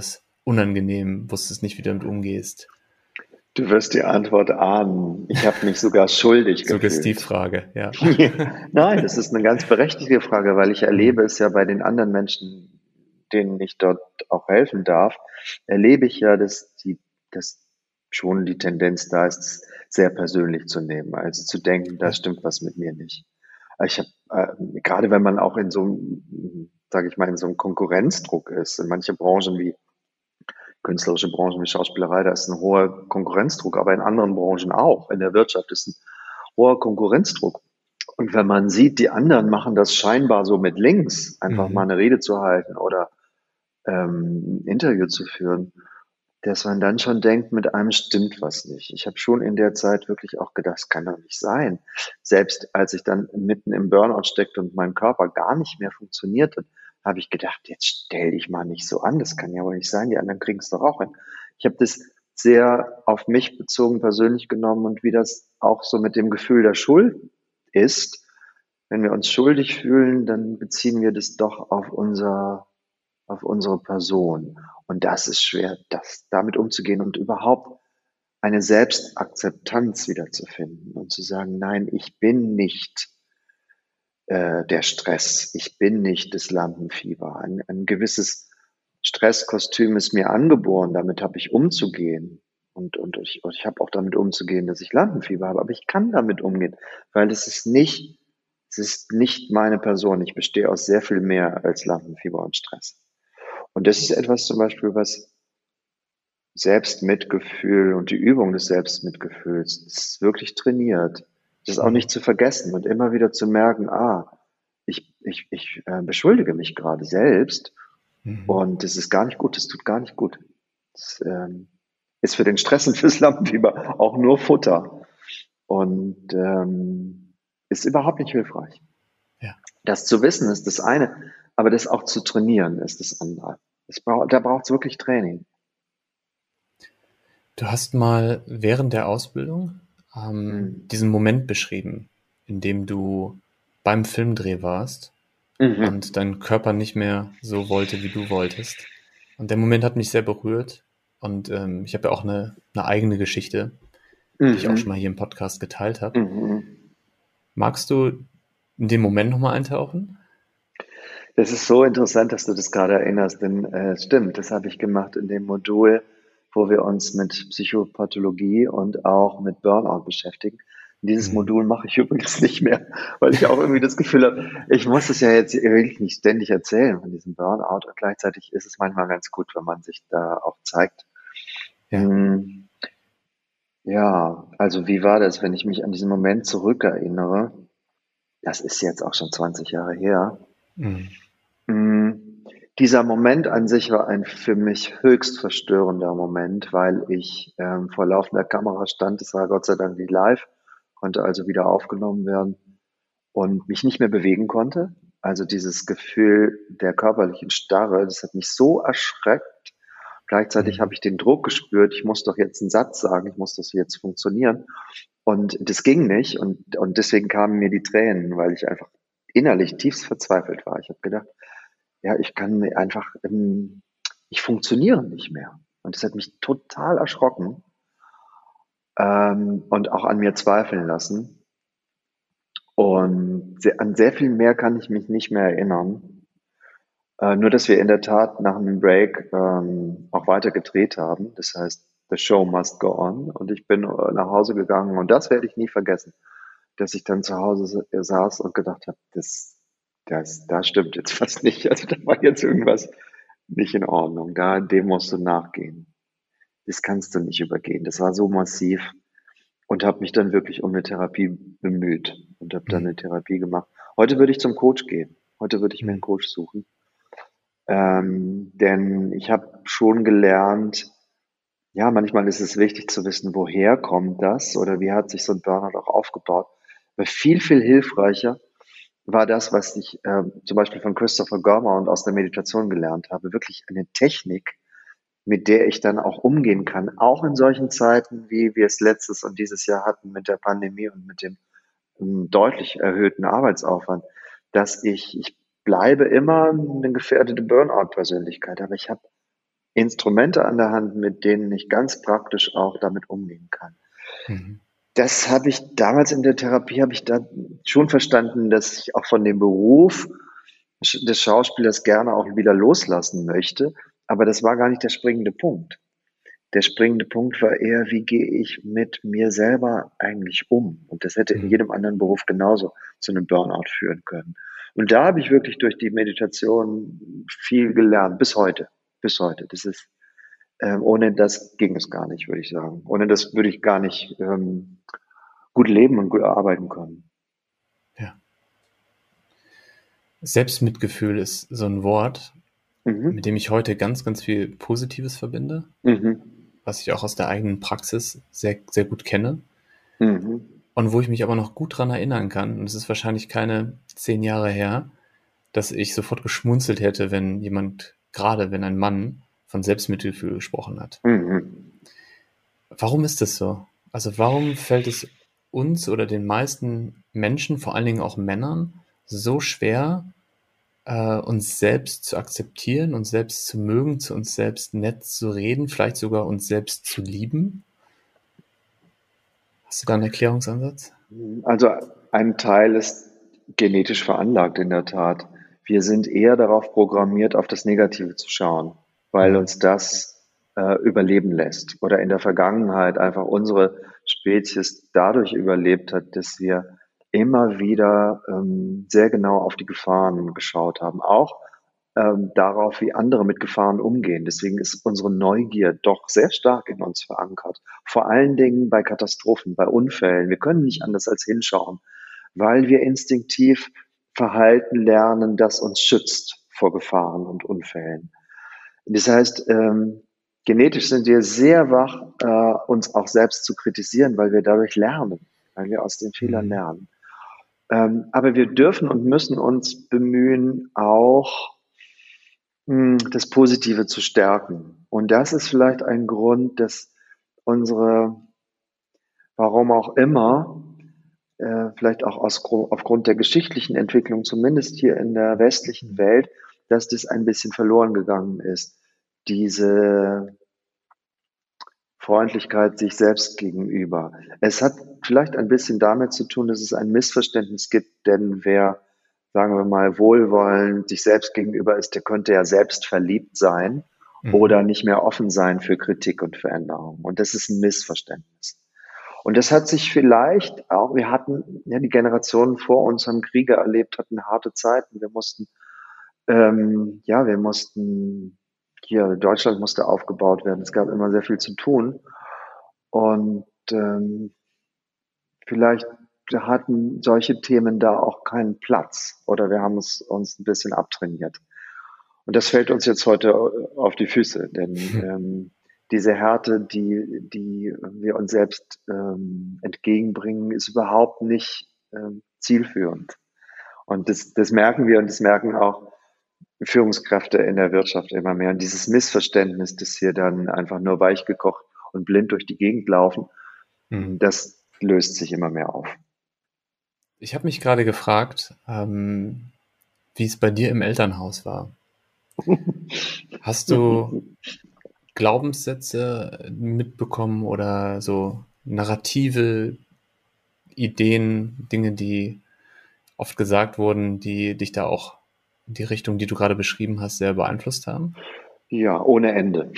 unangenehm, wusstest nicht, wie du damit umgehst? Du wirst die Antwort ahnen. Ich habe mich sogar schuldig gefühlt. Suggestivfrage, ja. Nein, das ist eine ganz berechtigte Frage, weil ich erlebe Mhm. es ja bei den anderen Menschen, denen ich dort auch helfen darf, erlebe ich ja, dass die, dass schon die Tendenz da ist, es sehr persönlich zu nehmen, also zu denken, da Ja. stimmt was mit mir nicht. Ich habe, äh, gerade wenn man auch in so einem, sage ich mal, in so einem Konkurrenzdruck ist, in manche Branchen wie künstlerische Branchen wie Schauspielerei, da ist ein hoher Konkurrenzdruck, aber in anderen Branchen auch. In der Wirtschaft ist ein hoher Konkurrenzdruck. Und wenn man sieht, die anderen machen das scheinbar so mit links, einfach mal Mhm. eine Rede zu halten oder ähm, ein Interview zu führen, dass man dann schon denkt, mit einem stimmt was nicht. Ich habe schon in der Zeit wirklich auch gedacht, das kann doch nicht sein. Selbst als ich dann mitten im Burnout steckte und mein Körper gar nicht mehr funktionierte, habe ich gedacht, jetzt stell dich mal nicht so an, das kann ja wohl nicht sein, die anderen kriegen es doch auch hin. Ich habe das sehr auf mich bezogen persönlich genommen und wie das auch so mit dem Gefühl der Schuld ist. Wenn wir uns schuldig fühlen, dann beziehen wir das doch auf unser auf unsere Person. Und das ist schwer, das damit umzugehen und überhaupt eine Selbstakzeptanz wiederzufinden und zu sagen, nein, ich bin nicht äh, der Stress, ich bin nicht das Lampenfieber. Ein, ein gewisses Stresskostüm ist mir angeboren, damit habe ich umzugehen. Und, und ich, und ich habe auch damit umzugehen, dass ich Lampenfieber habe. Aber ich kann damit umgehen, weil es ist nicht, es ist nicht meine Person. Ich bestehe aus sehr viel mehr als Lampenfieber und Stress. Und das ist etwas zum Beispiel, was Selbstmitgefühl und die Übung des Selbstmitgefühls, das ist wirklich trainiert. Das ist auch Mhm. nicht zu vergessen und immer wieder zu merken, ah, ich, ich, ich äh, beschuldige mich gerade selbst Mhm. und das ist gar nicht gut, das tut gar nicht gut. Das ähm, ist für den Stress und fürs Lampenfieber auch nur Futter und ähm, ist überhaupt nicht hilfreich. Ja. Das zu wissen ist das eine, aber das auch zu trainieren ist das andere. Das brauch, da braucht es wirklich Training. Du hast mal während der Ausbildung ähm, Mhm. diesen Moment beschrieben, in dem du beim Filmdreh warst Mhm. und dein Körper nicht mehr so wollte, wie du wolltest. Und der Moment hat mich sehr berührt. Und ähm, ich habe ja auch eine, eine eigene Geschichte, die ich auch schon mal Mhm. hier im Podcast geteilt habe. Mhm. Magst du in den Moment nochmal eintauchen? Das ist so interessant, dass du das gerade erinnerst, denn äh, stimmt, das habe ich gemacht in dem Modul, wo wir uns mit Psychopathologie und auch mit Burnout beschäftigen. Und dieses Mhm. Modul mache ich übrigens nicht mehr, weil ich auch irgendwie das Gefühl habe, ich muss es ja jetzt wirklich nicht ständig erzählen von diesem Burnout. Und gleichzeitig ist es manchmal ganz gut, wenn man sich da auch zeigt. Ja. Hm, ja, also wie war das, wenn ich mich an diesen Moment zurückerinnere? Das ist jetzt auch schon zwanzig Jahre her. Mhm. Hm, dieser Moment an sich war ein für mich höchst verstörender Moment, weil ich, ähm, vor laufender Kamera stand. Es war Gott sei Dank nicht live, konnte also wieder aufgenommen werden und mich nicht mehr bewegen konnte. Also dieses Gefühl der körperlichen Starre, das hat mich so erschreckt. Gleichzeitig habe Mhm. ich den Druck gespürt, ich muss doch jetzt einen Satz sagen, ich muss das jetzt funktionieren. Und das ging nicht und und deswegen kamen mir die Tränen, weil ich einfach innerlich tiefst verzweifelt war. Ich habe gedacht: ja, ich kann mir einfach, ähm, ich funktioniere nicht mehr. Und das hat mich total erschrocken, ähm, und auch an mir zweifeln lassen. Und se an sehr viel mehr kann ich mich nicht mehr erinnern. Äh, nur, dass wir in der Tat nach einem Break, ähm, auch weiter gedreht haben. Das heißt, the show must go on. Und ich bin, äh, nach Hause gegangen und das werde ich nie vergessen, dass ich dann zu Hause sa saß und gedacht habe: „Das das da stimmt jetzt was nicht. Also, da war jetzt irgendwas nicht in Ordnung. Da dem musst du nachgehen. Das kannst du nicht übergehen.“ Das war so massiv und habe mich dann wirklich um 'ne Therapie bemüht und habe dann Mhm. 'ne Therapie gemacht. Heute würde ich zum Coach gehen. Heute würde ich mir 'n Mhm. Coach suchen. Ähm, denn ich habe schon gelernt, ja, manchmal ist es wichtig zu wissen, woher kommt das oder wie hat sich so 'n Burnout auch aufgebaut. Aber viel, viel hilfreicher war das, was ich, ähm, zum Beispiel von Christopher Gorma und aus der Meditation gelernt habe, wirklich eine Technik, mit der ich dann auch umgehen kann, auch in solchen Zeiten, wie wir es letztes und dieses Jahr hatten mit der Pandemie und mit dem, hm, deutlich erhöhten Arbeitsaufwand, dass ich ich bleibe immer 'ne gefährdete Burnout-Persönlichkeit, aber ich habe Instrumente an der Hand, mit denen ich ganz praktisch auch damit umgehen kann. Mhm. Das habe ich damals in der Therapie habe ich da schon verstanden, dass ich auch von dem Beruf sch des Schauspielers gerne auch wieder loslassen möchte, aber das war gar nicht der springende Punkt. Der springende Punkt war eher: Wie gehe ich mit mir selber eigentlich um? Und das hätte in Mhm. jedem anderen Beruf genauso zu 'nem Burnout führen können. Und da habe ich wirklich durch die Meditation viel gelernt, bis heute, bis heute. Das ist ähm, ohne das ging es gar nicht, würde ich sagen. Ohne das würde ich gar nicht, ähm, gut leben und gut arbeiten können. Ja. Selbstmitgefühl ist so ein Wort, mit dem Mhm. ich heute ganz, ganz viel Positives verbinde, Mhm. was ich auch aus der eigenen Praxis sehr, sehr gut kenne Mhm. und wo ich mich aber noch gut dran erinnern kann. Und es ist wahrscheinlich keine zehn Jahre her, dass ich sofort geschmunzelt hätte, wenn jemand, gerade wenn ein Mann, von Selbstmitgefühl gesprochen hat. Mhm. Warum ist das so? Also warum fällt es uns oder den meisten Menschen, vor allen Dingen auch Männern, so schwer, äh, uns selbst zu akzeptieren, uns selbst zu mögen, zu uns selbst nett zu reden, vielleicht sogar uns selbst zu lieben? Hast du da einen Erklärungsansatz? Also, ein Teil ist genetisch veranlagt in der Tat. Wir sind eher darauf programmiert, auf das Negative zu schauen, weil Mhm. uns das, äh, überleben lässt oder in der Vergangenheit einfach unsere Spezies dadurch überlebt hat, dass wir immer wieder, ähm, sehr genau auf die Gefahren geschaut haben, auch, ähm, darauf, wie andere mit Gefahren umgehen. Deswegen ist unsere Neugier doch sehr stark in uns verankert. Vor allen Dingen bei Katastrophen, bei Unfällen. Wir können nicht anders als hinschauen, weil wir instinktiv Verhalten lernen, das uns schützt vor Gefahren und Unfällen. Das heißt, ähm, genetisch sind wir sehr wach, äh, uns auch selbst zu kritisieren, weil wir dadurch lernen, weil wir aus den Fehlern Mhm. lernen. Ähm, aber wir dürfen und müssen uns bemühen, auch hm, das Positive zu stärken. Und das ist vielleicht ein Grund, dass unsere, warum auch immer, äh, vielleicht auch aus, aufgrund der geschichtlichen Entwicklung, zumindest hier in der westlichen Welt, dass das ein bisschen verloren gegangen ist. Diese Freundlichkeit sich selbst gegenüber. Es hat vielleicht ein bisschen damit zu tun, dass es ein Missverständnis gibt, denn wer, sagen wir mal, wohlwollend sich selbst gegenüber ist, der könnte ja selbst verliebt sein Mhm. oder nicht mehr offen sein für Kritik und Veränderung. Und das ist ein Missverständnis. Und das hat sich vielleicht auch, wir hatten, ja, die Generationen vor uns haben Kriege erlebt, hatten harte Zeiten. Wir mussten, ähm, ja, wir mussten, hier, Deutschland musste aufgebaut werden. Es gab immer sehr viel zu tun. Und ähm, vielleicht hatten solche Themen da auch keinen Platz oder wir haben es uns ein bisschen abtrainiert. Und das fällt uns jetzt heute auf die Füße, denn ähm, diese Härte, die, die wir uns selbst ähm, entgegenbringen, ist überhaupt nicht ähm, zielführend. Und das, das merken wir und das merken auch Führungskräfte in der Wirtschaft immer mehr. Und dieses Missverständnis, dass wir dann einfach nur weichgekocht und blind durch die Gegend laufen, Mhm. das löst sich immer mehr auf. Ich habe mich gerade gefragt, ähm, wie es bei dir im Elternhaus war. Hast du Glaubenssätze mitbekommen oder so narrative Ideen, Dinge, die oft gesagt wurden, die dich da auch in die Richtung, die du gerade beschrieben hast, sehr beeinflusst haben? Ja, ohne Ende.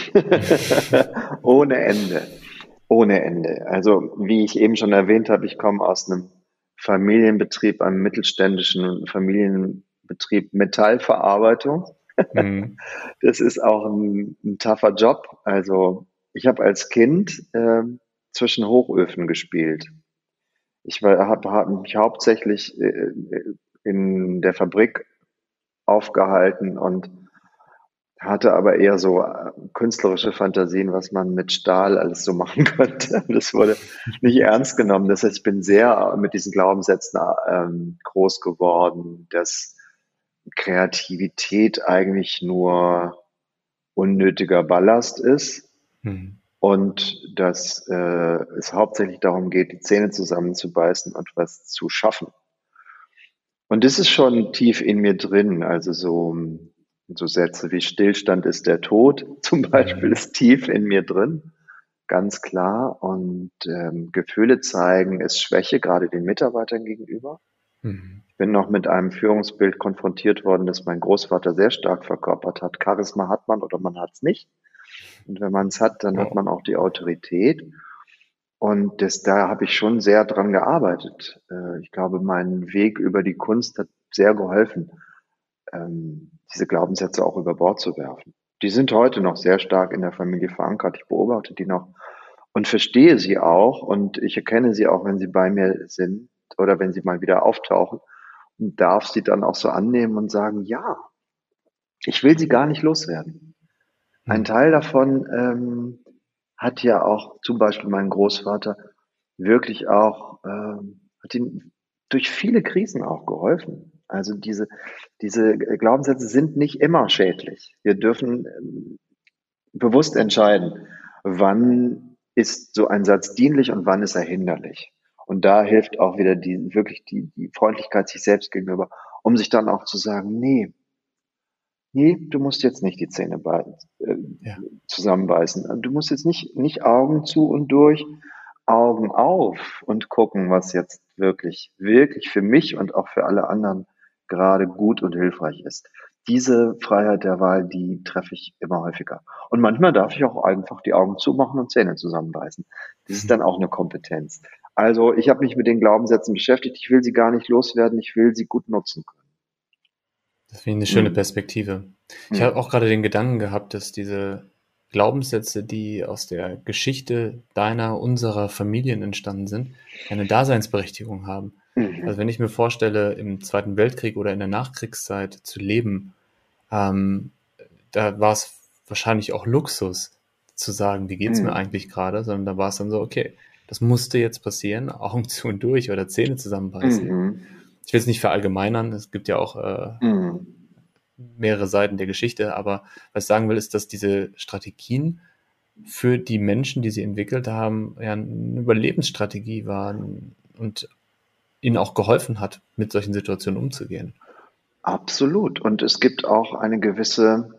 Ohne Ende. Ohne Ende. Also, wie ich eben schon erwähnt habe, ich komme aus einem Familienbetrieb, einem mittelständischen Familienbetrieb Metallverarbeitung. Mhm. Das ist auch ein 'n tougher Job. Also, ich habe als Kind, ähm, zwischen Hochöfen gespielt. Ich war habe habe mich hauptsächlich, äh, äh, in der Fabrik aufgehalten und hatte aber eher so, äh, künstlerische Fantasien, was man mit Stahl alles so machen könnte. Das wurde nicht ernst genommen. Das heißt, ich bin sehr mit diesen Glaubenssätzen, ähm, groß geworden, dass Kreativität eigentlich nur unnötiger Ballast ist Mhm. und dass, äh, es hauptsächlich darum geht, die Zähne zusammenzubeißen und was zu schaffen. Und das ist schon tief in mir drin, also so So Sätze wie Stillstand ist der Tod zum Beispiel Mhm. ist tief in mir drin, ganz klar. Und ähm, Gefühle zeigen ist Schwäche, gerade den Mitarbeitern gegenüber. Mhm. Ich bin noch mit einem Führungsbild konfrontiert worden, das mein Großvater sehr stark verkörpert hat. Charisma hat man oder man hat es nicht. Und wenn man es hat, dann hat Wow. man auch die Autorität. Und das, da habe ich schon sehr dran gearbeitet. Äh, ich glaube, mein Weg über die Kunst hat sehr geholfen, ähm, diese Glaubenssätze auch über Bord zu werfen. Die sind heute noch sehr stark in der Familie verankert. Ich beobachte die noch und verstehe sie auch und ich erkenne sie auch, wenn sie bei mir sind oder wenn sie mal wieder auftauchen und darf sie dann auch so annehmen und sagen, ja, ich will sie gar nicht loswerden. Ein Mhm. Teil davon ähm, hat ja auch zum Beispiel mein Großvater wirklich auch, ähm, hat ihm durch viele Krisen auch geholfen. Also diese, diese Glaubenssätze sind nicht immer schädlich. Wir dürfen ähm, bewusst entscheiden, wann ist so ein Satz dienlich und wann ist er hinderlich. Und da hilft auch wieder die, wirklich die, die Freundlichkeit sich selbst gegenüber, um sich dann auch zu sagen, nee, nee, du musst jetzt nicht die Zähne bei, äh, Ja. zusammenbeißen. Du musst jetzt nicht, nicht Augen zu und durch, Augen auf und gucken, was jetzt wirklich, wirklich für mich und auch für alle anderen gerade gut und hilfreich ist. Diese Freiheit der Wahl, die treffe ich immer häufiger. Und manchmal darf ich auch einfach die Augen zumachen und Zähne zusammenbeißen. Das ist dann auch eine Kompetenz. Also ich habe mich mit den Glaubenssätzen beschäftigt. Ich will sie gar nicht loswerden. Ich will sie gut nutzen Das finde ich eine schöne können. Perspektive. Ich habe Hm. auch gerade den Gedanken gehabt, dass diese Glaubenssätze, die aus der Geschichte deiner, unserer Familien entstanden sind, ja eine Daseinsberechtigung haben. Mhm. Also wenn ich mir vorstelle, im Zweiten Weltkrieg oder in der Nachkriegszeit zu leben, ähm, da war es wahrscheinlich auch Luxus zu sagen, wie geht's mir Mhm. eigentlich gerade, sondern da war es dann so, okay, das musste jetzt passieren, Augen zu und durch oder Zähne zusammenbeißen. Mhm. Ich will es nicht verallgemeinern, es gibt ja auch äh, Mhm. mehrere Seiten der Geschichte, aber was ich sagen will, ist, dass diese Strategien für die Menschen, die sie entwickelt haben, ja eine Überlebensstrategie waren und ihnen auch geholfen hat, mit solchen Situationen umzugehen. Absolut. Und es gibt auch eine gewisse,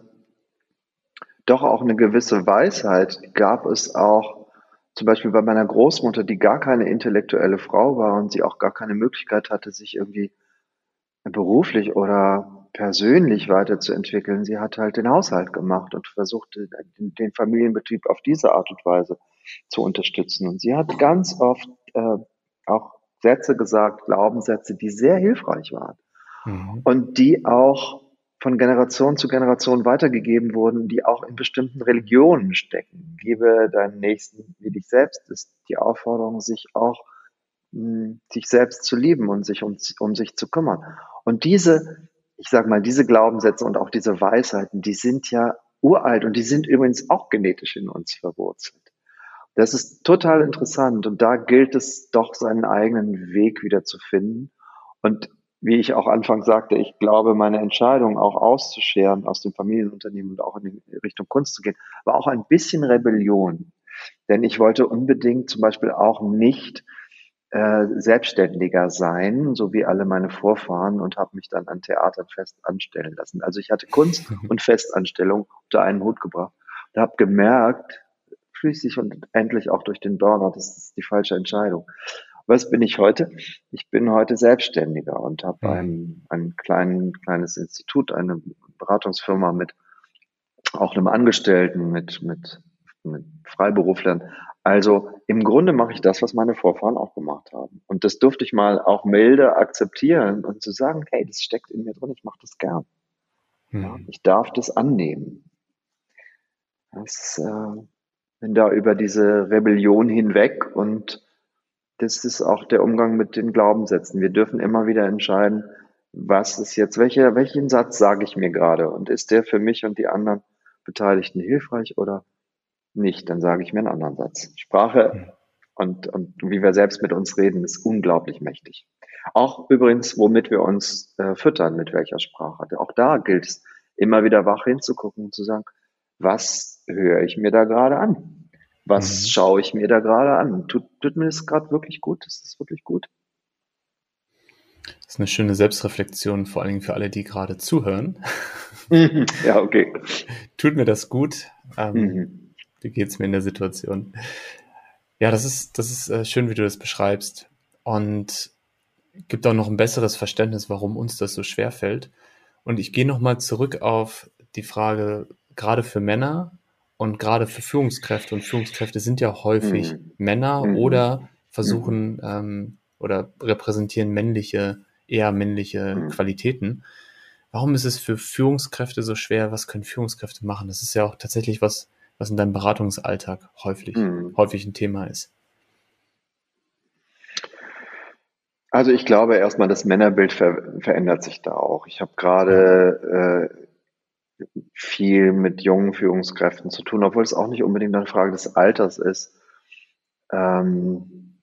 doch auch eine gewisse Weisheit, die gab es auch zum Beispiel bei meiner Großmutter, die gar keine intellektuelle Frau war und sie auch gar keine Möglichkeit hatte, sich irgendwie beruflich oder persönlich weiterzuentwickeln. Sie hat halt den Haushalt gemacht und versuchte, den den Familienbetrieb auf diese Art und Weise zu unterstützen. Und sie hat ganz oft äh, auch Sätze gesagt, Glaubenssätze, die sehr hilfreich waren Mhm. und die auch von Generation zu Generation weitergegeben wurden, die auch in bestimmten Religionen stecken. Liebe deinen Nächsten wie dich selbst ist die Aufforderung, sich auch mh, sich selbst zu lieben und sich um, um sich zu kümmern. Und diese, ich sag mal, diese Glaubenssätze und auch diese Weisheiten, die sind ja uralt und die sind übrigens auch genetisch in uns verwurzelt. Das ist total interessant und da gilt es doch, seinen eigenen Weg wieder zu finden. Und wie ich auch anfangs sagte, ich glaube, meine Entscheidung auch auszuscheren aus dem Familienunternehmen und auch in die Richtung Kunst zu gehen, war auch ein bisschen Rebellion. Denn ich wollte unbedingt zum Beispiel auch nicht äh, Selbstständiger sein, so wie alle meine Vorfahren und habe mich dann an Theatern fest anstellen lassen. Also ich hatte Kunst und Festanstellung unter einen Hut gebracht und habe gemerkt, schließlich und endlich auch durch den Burnout, das ist die falsche Entscheidung. Was bin ich heute? Ich bin heute Selbstständiger und habe Mhm. ein, ein klein, kleines Institut, eine Beratungsfirma mit auch einem Angestellten, mit, mit, mit Freiberuflern. Also im Grunde mache ich das, was meine Vorfahren auch gemacht haben. Und das durfte ich mal auch milde akzeptieren und zu sagen, hey, das steckt in mir drin, ich mache das gern. Ja, Mhm. ich darf das annehmen. Das, äh, bin da über diese Rebellion hinweg und das ist auch der Umgang mit den Glaubenssätzen. Wir dürfen immer wieder entscheiden, was ist jetzt, welcher, welchen Satz sage ich mir gerade und ist der für mich und die anderen Beteiligten hilfreich oder nicht? Dann sage ich mir einen anderen Satz. Sprache Mhm. und, und wie wir selbst mit uns reden, ist unglaublich mächtig. Auch übrigens, womit wir uns äh, füttern, mit welcher Sprache. Auch da gilt es, immer wieder wach hinzugucken und zu sagen, was höre ich mir da gerade an? Was Mhm. schaue ich mir da gerade an? Tut, tut mir das gerade wirklich gut? Ist das wirklich gut? Das ist eine schöne Selbstreflexion, vor allen Dingen für alle, die gerade zuhören. Mhm. Ja, okay. Tut mir das gut? Ähm, Mhm. wie geht's mir in der Situation? Ja, das ist, das ist äh, schön, wie du das beschreibst. Und gibt auch noch ein besseres Verständnis, warum uns das so schwer fällt. Und ich gehe nochmal zurück auf die Frage, gerade für Männer und gerade für Führungskräfte. Und Führungskräfte sind ja häufig Mhm. Männer Mhm. oder Mhm. versuchen ähm, oder repräsentieren männliche, eher männliche Mhm. Qualitäten. Warum ist es für Führungskräfte so schwer? Was können Führungskräfte machen? Das ist ja auch tatsächlich was, was in deinem Beratungsalltag häufig, Mhm. häufig ein Thema ist. Also ich glaube erstmal, das Männerbild ver verändert sich da auch. Ich habe Ja. gerade äh, viel mit jungen Führungskräften zu tun, obwohl es auch nicht unbedingt eine Frage des Alters ist. Ähm,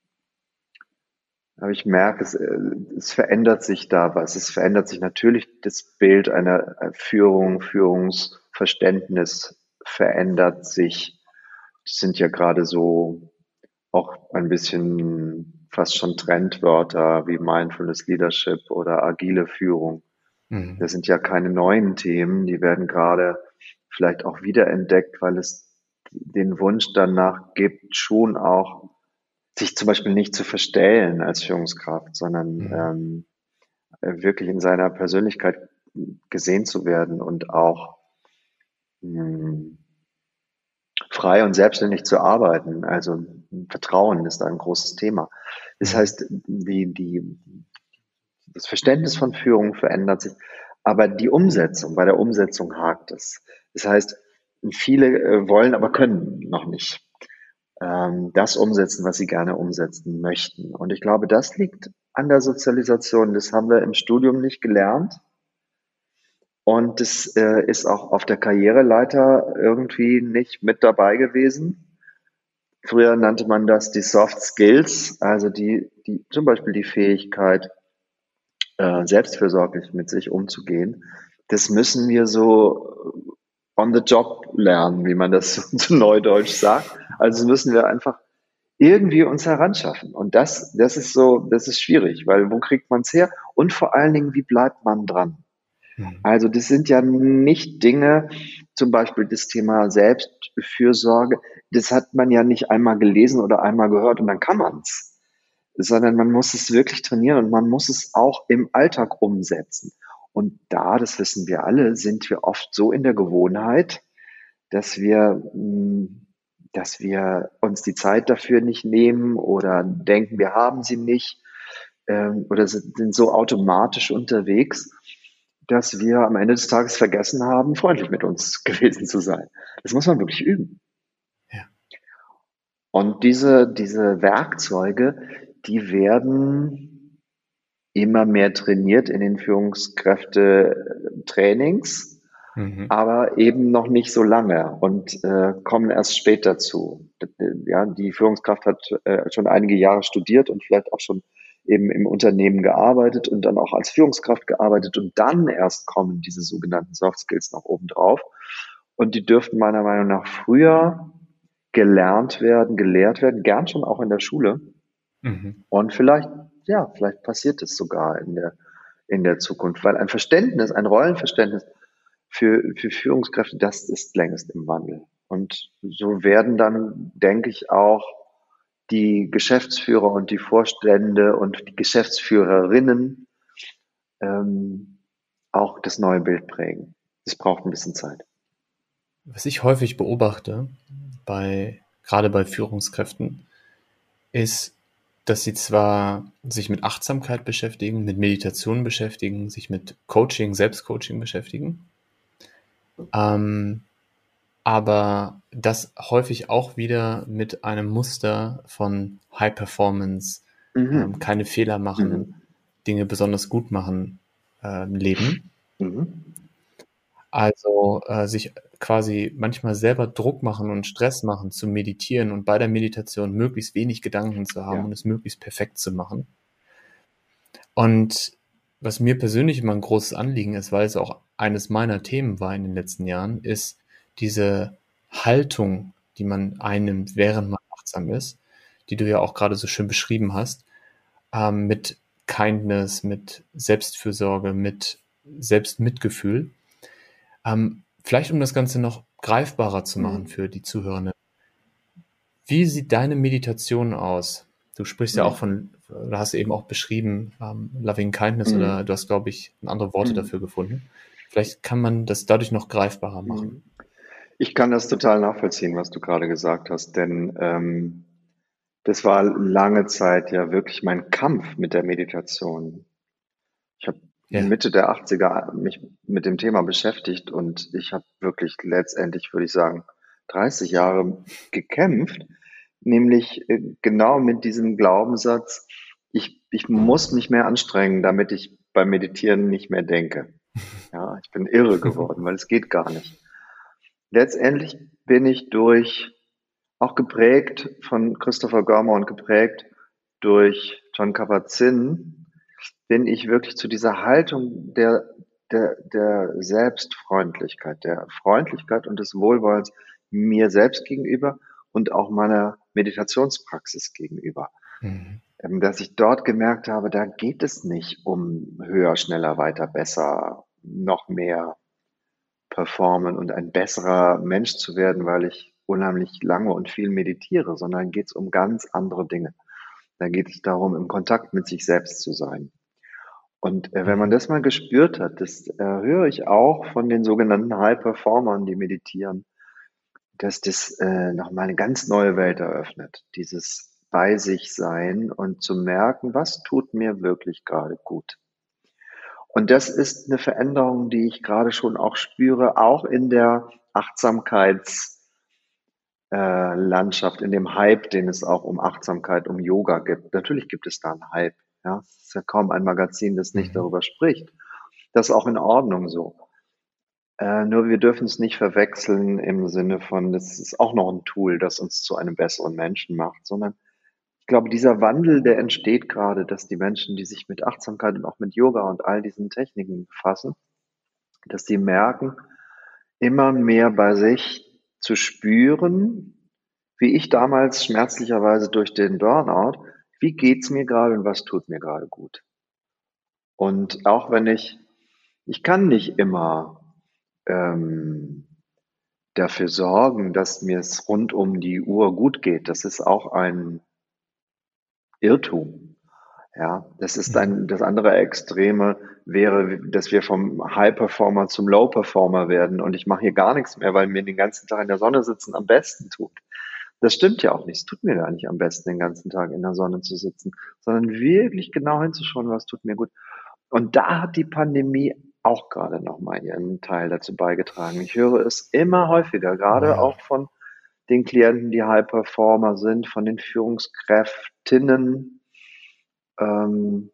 aber ich merke, es, äh, es verändert sich da was. Es verändert sich natürlich das Bild einer äh, Führung, Führungsverständnis verändert sich. Das sind ja gerade so auch ein bisschen fast schon Trendwörter wie Mindfulness Leadership oder agile Führung. Mhm. Das sind ja keine neuen Themen, die werden gerade vielleicht auch wiederentdeckt, weil es den Wunsch danach gibt, schon auch sich zum Beispiel nicht zu verstellen als Führungskraft, sondern Mhm. ähm, wirklich in seiner Persönlichkeit gesehen zu werden und auch mh, frei und selbstständig zu arbeiten. Also Vertrauen ist ein großes Thema. Das Mhm. heißt, die, die, das Verständnis von Führung verändert sich, aber die Umsetzung, bei der Umsetzung hakt es. Das heißt, viele äh, wollen, aber können noch nicht ähm, das umsetzen, was sie gerne umsetzen möchten. Und ich glaube, das liegt an der Sozialisation. Das haben wir im Studium nicht gelernt. Und das äh, ist auch auf der Karriereleiter irgendwie nicht mit dabei gewesen. Früher nannte man das die Soft Skills, also die, die zum Beispiel die Fähigkeit, äh, selbstfürsorglich mit sich umzugehen. Das müssen wir so on the job lernen, wie man das so zu Neudeutsch sagt. Also müssen wir einfach irgendwie uns heranschaffen. Und das, das ist so, das ist schwierig, weil wo kriegt man es her? Und vor allen Dingen, wie bleibt man dran? Mhm. Also das sind ja nicht Dinge, zum Beispiel das Thema Selbstfürsorge, das hat man ja nicht einmal gelesen oder einmal gehört und dann kann man's, sondern man muss es wirklich trainieren und man muss es auch im Alltag umsetzen. Und da, das wissen wir alle, sind wir oft so in der Gewohnheit, dass wir, mh, dass wir uns die Zeit dafür nicht nehmen oder denken, wir haben sie nicht ähm, oder sind, sind so automatisch unterwegs, dass wir am Ende des Tages vergessen haben, freundlich mit uns gewesen zu sein. Das muss man wirklich üben. Ja. Und diese, diese Werkzeuge, die werden immer mehr trainiert in den Führungskräfte-Trainings, Mhm. aber eben noch nicht so lange und äh, kommen erst später zu. Ja, die Führungskraft hat äh, schon einige Jahre studiert und vielleicht auch schon eben im Unternehmen gearbeitet und dann auch als Führungskraft gearbeitet und dann erst kommen diese sogenannten Soft Skills noch oben drauf. Und die dürften meiner Meinung nach früher gelernt werden, gelehrt werden, gern schon auch in der Schule. Mhm. Und vielleicht, ja, vielleicht passiert es sogar in der, in der Zukunft, weil ein Verständnis, ein Rollenverständnis für, für Führungskräfte, das ist längst im Wandel. Und so werden dann, denke ich, auch die Geschäftsführer und die Vorstände und die Geschäftsführerinnen ähm, auch das neue Bild prägen. Es braucht ein bisschen Zeit. Was ich häufig beobachte, bei, gerade bei Führungskräften, ist, dass sie zwar sich mit Achtsamkeit beschäftigen, mit Meditation beschäftigen, sich mit Coaching, Selbstcoaching beschäftigen, ähm, aber das häufig auch wieder mit einem Muster von High Performance, ähm, Mhm. keine Fehler machen, Mhm. Dinge besonders gut machen, ähm, leben. Mhm. Also äh, sich quasi manchmal selber Druck machen und Stress machen, zu meditieren und bei der Meditation möglichst wenig Gedanken zu haben Ja. und es möglichst perfekt zu machen. Und was mir persönlich immer ein großes Anliegen ist, weil es auch eines meiner Themen war in den letzten Jahren, ist diese Haltung, die man einnimmt, während man achtsam ist, die du ja auch gerade so schön beschrieben hast, ähm, mit Kindness, mit Selbstfürsorge, mit Selbstmitgefühl. Ähm, vielleicht, um das Ganze noch greifbarer zu machen Mhm. für die Zuhörenden. Wie sieht deine Meditation aus? Du sprichst ja auch Mhm. von, oder hast eben auch beschrieben, ähm, Loving Kindness, oder Mhm. du hast, glaube ich, andere Worte Mhm. dafür gefunden. Vielleicht kann man das dadurch noch greifbarer machen. Mhm. Ich kann das total nachvollziehen, was du gerade gesagt hast, denn ähm, das war lange Zeit ja wirklich mein Kampf mit der Meditation. Ich habe Ja. Mitte der achtziger mich mit dem Thema beschäftigt und ich habe wirklich letztendlich, würde ich sagen, dreißig Jahre gekämpft, nämlich äh, genau mit diesem Glaubenssatz, ich, ich muss mich mehr anstrengen, damit ich beim Meditieren nicht mehr denke. Ja, ich bin irre geworden, weil es geht gar nicht. Letztendlich bin ich durch, auch geprägt von Christopher Gormer und geprägt durch John Kabat-Zinn, bin ich wirklich zu dieser Haltung der, der, der Selbstfreundlichkeit, der Freundlichkeit und des Wohlwollens mir selbst gegenüber und auch meiner Meditationspraxis gegenüber. Mhm. Ähm, Dass ich dort gemerkt habe, da geht es nicht um höher, schneller, weiter, besser, noch mehr performen und ein besserer Mensch zu werden, weil ich unheimlich lange und viel meditiere, sondern geht es um ganz andere Dinge. Da geht es darum, im Kontakt mit sich selbst zu sein. Und äh, wenn man Mhm. das mal gespürt hat, das äh, höre ich auch von den sogenannten High-Performern, die meditieren, dass das äh, nochmal eine ganz neue Welt eröffnet. Dieses bei sich sein und zu merken, was tut mir wirklich gerade gut. Und das ist eine Veränderung, die ich gerade schon auch spüre, auch in der Achtsamkeits äh, Landschaft, in dem Hype, den es auch um Achtsamkeit, um Yoga gibt. Natürlich gibt es da einen Hype. Ja, es ist ja kaum ein Magazin, das nicht Mhm. darüber spricht. Das ist auch in Ordnung so. Äh, nur wir dürfen es nicht verwechseln im Sinne von, das ist auch noch ein Tool, das uns zu einem besseren Menschen macht, sondern ich glaube, dieser Wandel, der entsteht gerade, dass die Menschen, die sich mit Achtsamkeit und auch mit Yoga und all diesen Techniken befassen, dass die merken, immer mehr bei sich zu spüren, wie ich damals schmerzlicherweise durch den Burnout, wie geht's mir gerade und was tut mir gerade gut? Und auch wenn ich, ich kann nicht immer ähm, dafür sorgen, dass mir es rund um die Uhr gut geht. Das ist auch ein Irrtum. Ja, das ist Mhm. ein, das andere Extreme wäre, dass wir vom High Performer zum Low Performer werden und ich mache hier gar nichts mehr, weil mir den ganzen Tag in der Sonne sitzen am besten tut. Das stimmt ja auch nicht. Es tut mir gar nicht am besten, den ganzen Tag in der Sonne zu sitzen, sondern wirklich genau hinzuschauen, was tut mir gut. Und da hat die Pandemie auch gerade nochmal ihren Teil dazu beigetragen. Ich höre es immer häufiger, Oh gerade ja. auch von den Klienten, die High Performer sind, von den Führungskräftinnen ähm,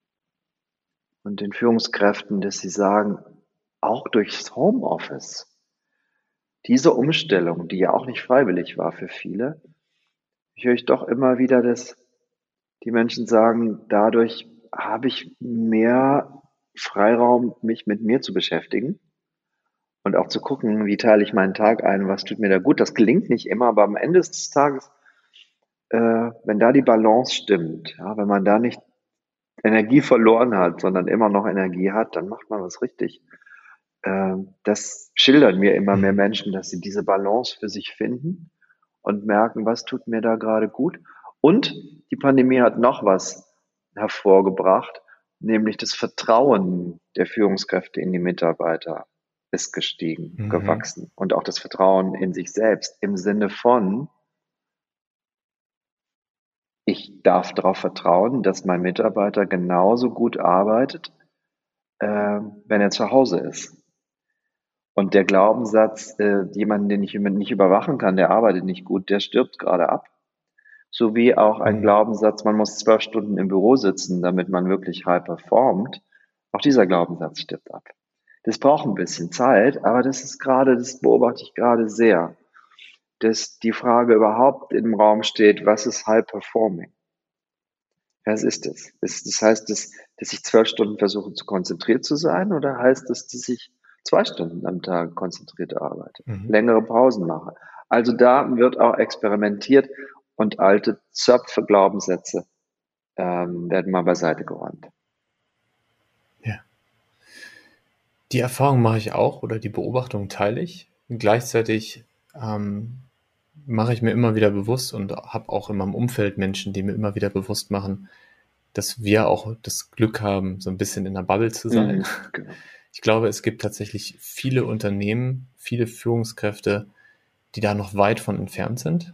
und den Führungskräften, dass sie sagen, auch durchs Homeoffice, diese Umstellung, die ja auch nicht freiwillig war für viele, höre ich doch immer wieder, dass die Menschen sagen, dadurch habe ich mehr Freiraum, mich mit mir zu beschäftigen und auch zu gucken, wie teile ich meinen Tag ein, was tut mir da gut. Das gelingt nicht immer, aber am Ende des Tages, äh, wenn da die Balance stimmt, ja, wenn man da nicht Energie verloren hat, sondern immer noch Energie hat, dann macht man was richtig. Äh, das schildern mir immer mehr Mhm. Menschen, dass sie diese Balance für sich finden und merken, was tut mir da gerade gut. Und die Pandemie hat noch was hervorgebracht, nämlich das Vertrauen der Führungskräfte in die Mitarbeiter ist gestiegen, Mhm. gewachsen. Und auch das Vertrauen in sich selbst im Sinne von, ich darf darauf vertrauen, dass mein Mitarbeiter genauso gut arbeitet, äh, wenn er zu Hause ist. Und der Glaubenssatz, äh, jemanden, den ich nicht überwachen kann, der arbeitet nicht gut, der stirbt gerade ab. Sowie auch ein Mhm. Glaubenssatz, man muss zwölf Stunden im Büro sitzen, damit man wirklich high performt. Auch dieser Glaubenssatz stirbt ab. Das braucht ein bisschen Zeit, aber das ist gerade, das beobachte ich gerade sehr, dass die Frage überhaupt im Raum steht, was ist High Performing? Was ist das? Ist, das heißt, dass, dass ich zwölf Stunden versuche, zu konzentriert zu sein, oder heißt das, dass ich zwei Stunden am Tag konzentriert arbeite, Mhm. längere Pausen mache? Also da wird auch experimentiert und alte Zöpfe, Glaubenssätze ähm, werden mal beiseite geräumt. Ja. Die Erfahrung mache ich auch oder die Beobachtung teile ich. Und gleichzeitig ähm, mache ich mir immer wieder bewusst und habe auch in meinem Umfeld Menschen, die mir immer wieder bewusst machen, dass wir auch das Glück haben, so ein bisschen in der Bubble zu sein. Mhm, genau. Ich glaube, es gibt tatsächlich viele Unternehmen, viele Führungskräfte, die da noch weit von entfernt sind.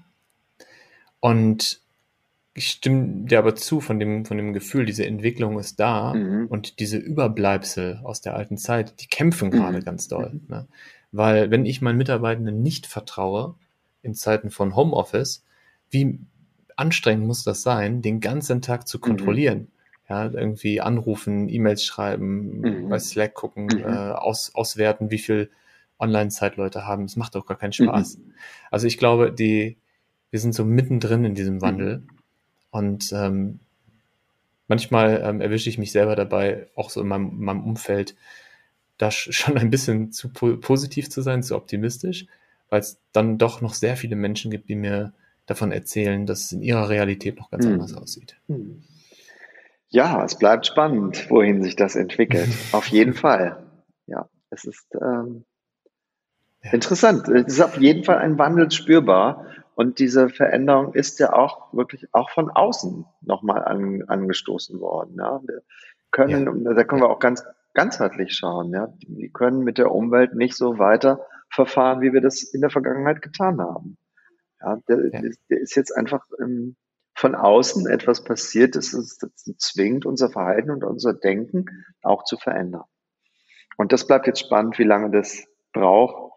Und ich stimme dir aber zu von dem, von dem Gefühl, diese Entwicklung ist da Mhm, und diese Überbleibsel aus der alten Zeit, die kämpfen gerade mhm, ganz doll. mhm, Ne? Weil wenn ich meinen Mitarbeitenden nicht vertraue in Zeiten von Homeoffice, wie anstrengend muss das sein, den ganzen Tag zu mhm, kontrollieren? Ja, irgendwie anrufen, E-Mails schreiben, bei mhm, Slack gucken, äh, mhm, aus, auswerten, wie viel Online-Zeit Leute haben. Das macht doch gar keinen Spaß. mhm, Also ich glaube, die, wir sind so mittendrin in diesem Wandel mhm. und ähm, manchmal ähm, erwische ich mich selber dabei, auch so in meinem, in meinem Umfeld, da sch- schon ein bisschen zu po positiv zu sein, zu optimistisch, weil es dann doch noch sehr viele Menschen gibt, die mir davon erzählen, dass es in ihrer Realität noch ganz anders Mhm. aussieht. Mhm. Ja, es bleibt spannend, wohin sich das entwickelt. Auf jeden Fall. Ja, es ist ähm, Ja, interessant. Es ist auf jeden Fall ein Wandel spürbar. Und diese Veränderung ist ja auch wirklich auch von außen nochmal an, angestoßen worden. Ja. Wir können, ja, und da können ja, wir auch ganz ganzheitlich schauen. Ja. Wir können mit der Umwelt nicht so weiter verfahren, wie wir das in der Vergangenheit getan haben. Ja, der, ja. der ist jetzt einfach ähm, von außen etwas passiert, das, ist, das zwingt unser Verhalten und unser Denken auch zu verändern. Und das bleibt jetzt spannend, wie lange das braucht.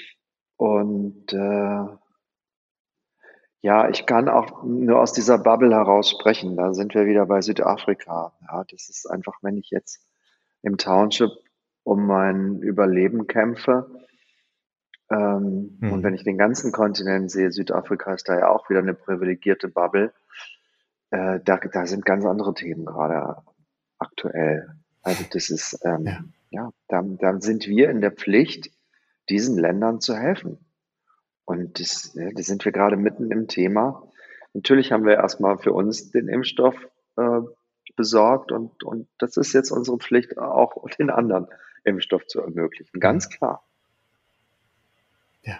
Und äh, ja, ich kann auch nur aus dieser Bubble heraus sprechen. Da sind wir wieder bei Südafrika. Ja, das ist einfach, wenn ich jetzt im Township um mein Überleben kämpfe, ähm, und wenn Mhm. ich den ganzen Kontinent sehe, Südafrika ist da ja auch wieder eine privilegierte Bubble. Äh, da, da sind ganz andere Themen gerade aktuell. Also das ist, Ja. ähm, ja, da, da sind wir in der Pflicht, diesen Ländern zu helfen. Und das, ja, da sind wir gerade mitten im Thema. Natürlich haben wir erstmal für uns den Impfstoff äh, besorgt und, und das ist jetzt unsere Pflicht, auch den anderen Impfstoff zu ermöglichen. Mhm. Ganz klar. Ja.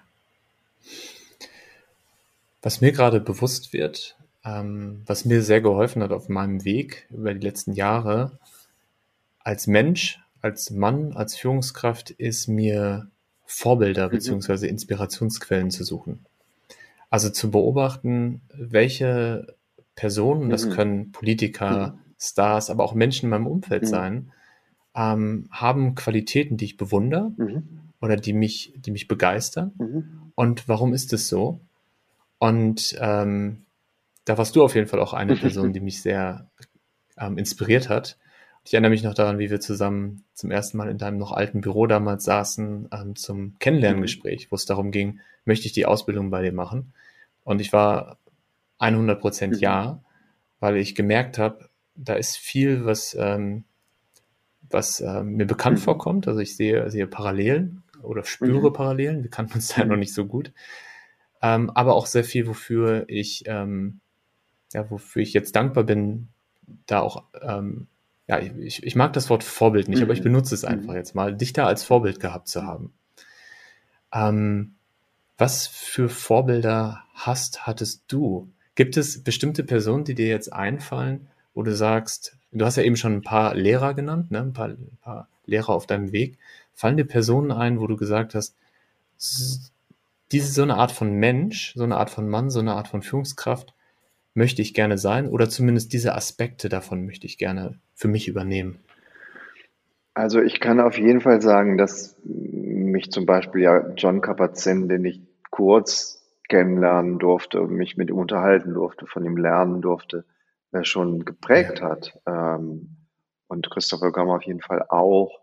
Was mir gerade bewusst wird, ähm, was mir sehr geholfen hat auf meinem Weg über die letzten Jahre, als Mensch, als Mann, als Führungskraft, ist mir Vorbilder Mhm. beziehungsweise Inspirationsquellen zu suchen. Also zu beobachten, welche Personen, das Mhm. können Politiker, Mhm. Stars, aber auch Menschen in meinem Umfeld Mhm. sein, ähm, haben Qualitäten, die ich bewundere Mhm. oder die mich, die mich begeistern. Mhm. Und warum ist es so? Und ähm, da warst du auf jeden Fall auch eine Person, die Mhm. mich sehr ähm, inspiriert hat. Ich erinnere mich noch daran, wie wir zusammen zum ersten Mal in deinem noch alten Büro damals saßen ähm, zum Mhm. Kennenlerngespräch, wo es darum ging, möchte ich die Ausbildung bei dir machen? Und ich war hundert Prozent Mhm. ja, weil ich gemerkt habe, da ist viel, was, ähm, was äh, mir bekannt Mhm. vorkommt. Also ich sehe, sehe Parallelen oder spüre Mhm. Parallelen. Wir kannten uns da ja noch Mhm. nicht so gut. Ähm, aber auch sehr viel, wofür ich, ähm, ja, wofür ich jetzt dankbar bin, da auch, ähm, ja, ich, ich mag das Wort Vorbild nicht, aber ich Mhm. benutze es einfach Mhm. jetzt mal, dich da als Mhm. Vorbild gehabt zu Mhm. haben. Ähm, was für Vorbilder hast, hattest du? Gibt es bestimmte Personen, die dir jetzt einfallen, wo du sagst, du hast ja eben schon ein paar Lehrer genannt, ne? ein, paar, ein paar Lehrer auf deinem Weg. Fallen dir Personen ein, wo du gesagt hast, s- diese so eine Art von Mensch, so eine Art von Mann, so eine Art von Führungskraft möchte ich gerne sein oder zumindest diese Aspekte davon möchte ich gerne für mich übernehmen? Also ich kann auf jeden Fall sagen, dass mich zum Beispiel ja John Kabat-Zinn, den ich kurz kennenlernen durfte und mich mit ihm unterhalten durfte, von ihm lernen durfte, äh, schon Ja, geprägt hat. Ähm, und Christopher Gaumer auf jeden Fall auch.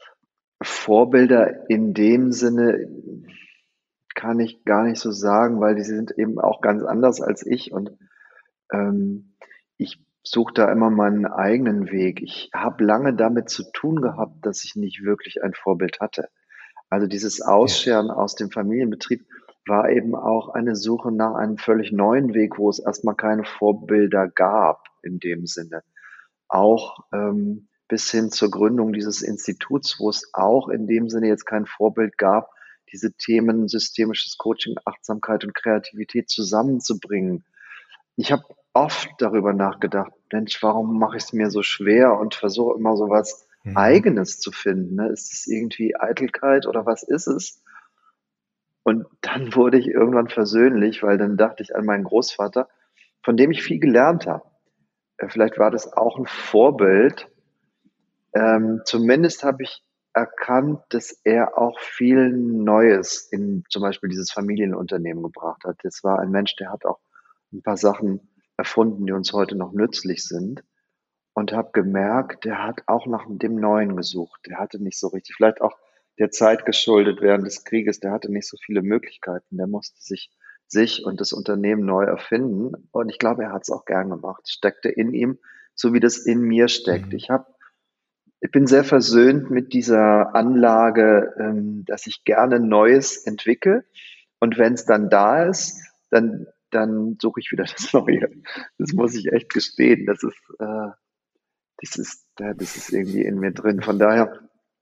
Vorbilder in dem Sinne kann ich gar nicht so sagen, weil die sind eben auch ganz anders als ich und ähm, ich suche da immer meinen eigenen Weg. Ich habe lange damit zu tun gehabt, dass ich nicht wirklich ein Vorbild hatte. Also dieses ja, Ausscheren aus dem Familienbetrieb. war eben auch eine Suche nach einem völlig neuen Weg, wo es erstmal keine Vorbilder gab in dem Sinne. Auch ähm, bis hin zur Gründung dieses Instituts, wo es auch in dem Sinne jetzt kein Vorbild gab, diese Themen systemisches Coaching, Achtsamkeit und Kreativität zusammenzubringen. Ich habe oft darüber nachgedacht, Mensch, warum mache ich es mir so schwer und versuche immer so was Mhm. Eigenes zu finden. Ne? Ist es irgendwie Eitelkeit oder was ist es? Und dann wurde ich irgendwann versöhnlich, weil dann dachte ich an meinen Großvater, von dem ich viel gelernt habe. Äh, Vielleicht war das auch ein Vorbild. Ähm, zumindest habe ich erkannt, dass er auch viel Neues in zum Beispiel dieses Familienunternehmen gebracht hat. Das war ein Mensch, der hat auch ein paar Sachen erfunden, die uns heute noch nützlich sind. Und habe gemerkt, der hat auch nach dem Neuen gesucht. Der hatte nicht so richtig, vielleicht auch der Zeit geschuldet während des Krieges, der hatte nicht so viele Möglichkeiten. Der musste sich sich und das Unternehmen neu erfinden. Und ich glaube, er hat es auch gern gemacht. Es steckte in ihm, so wie das in mir steckt. Mhm. Ich habe ich bin sehr versöhnt mit dieser Anlage, ähm, dass ich gerne Neues entwickle. Und wenn es dann da ist, dann, dann suche ich wieder das Neue. Das muss ich echt gestehen. Das ist, äh, das ist, ja, das ist irgendwie in mir drin. Von daher,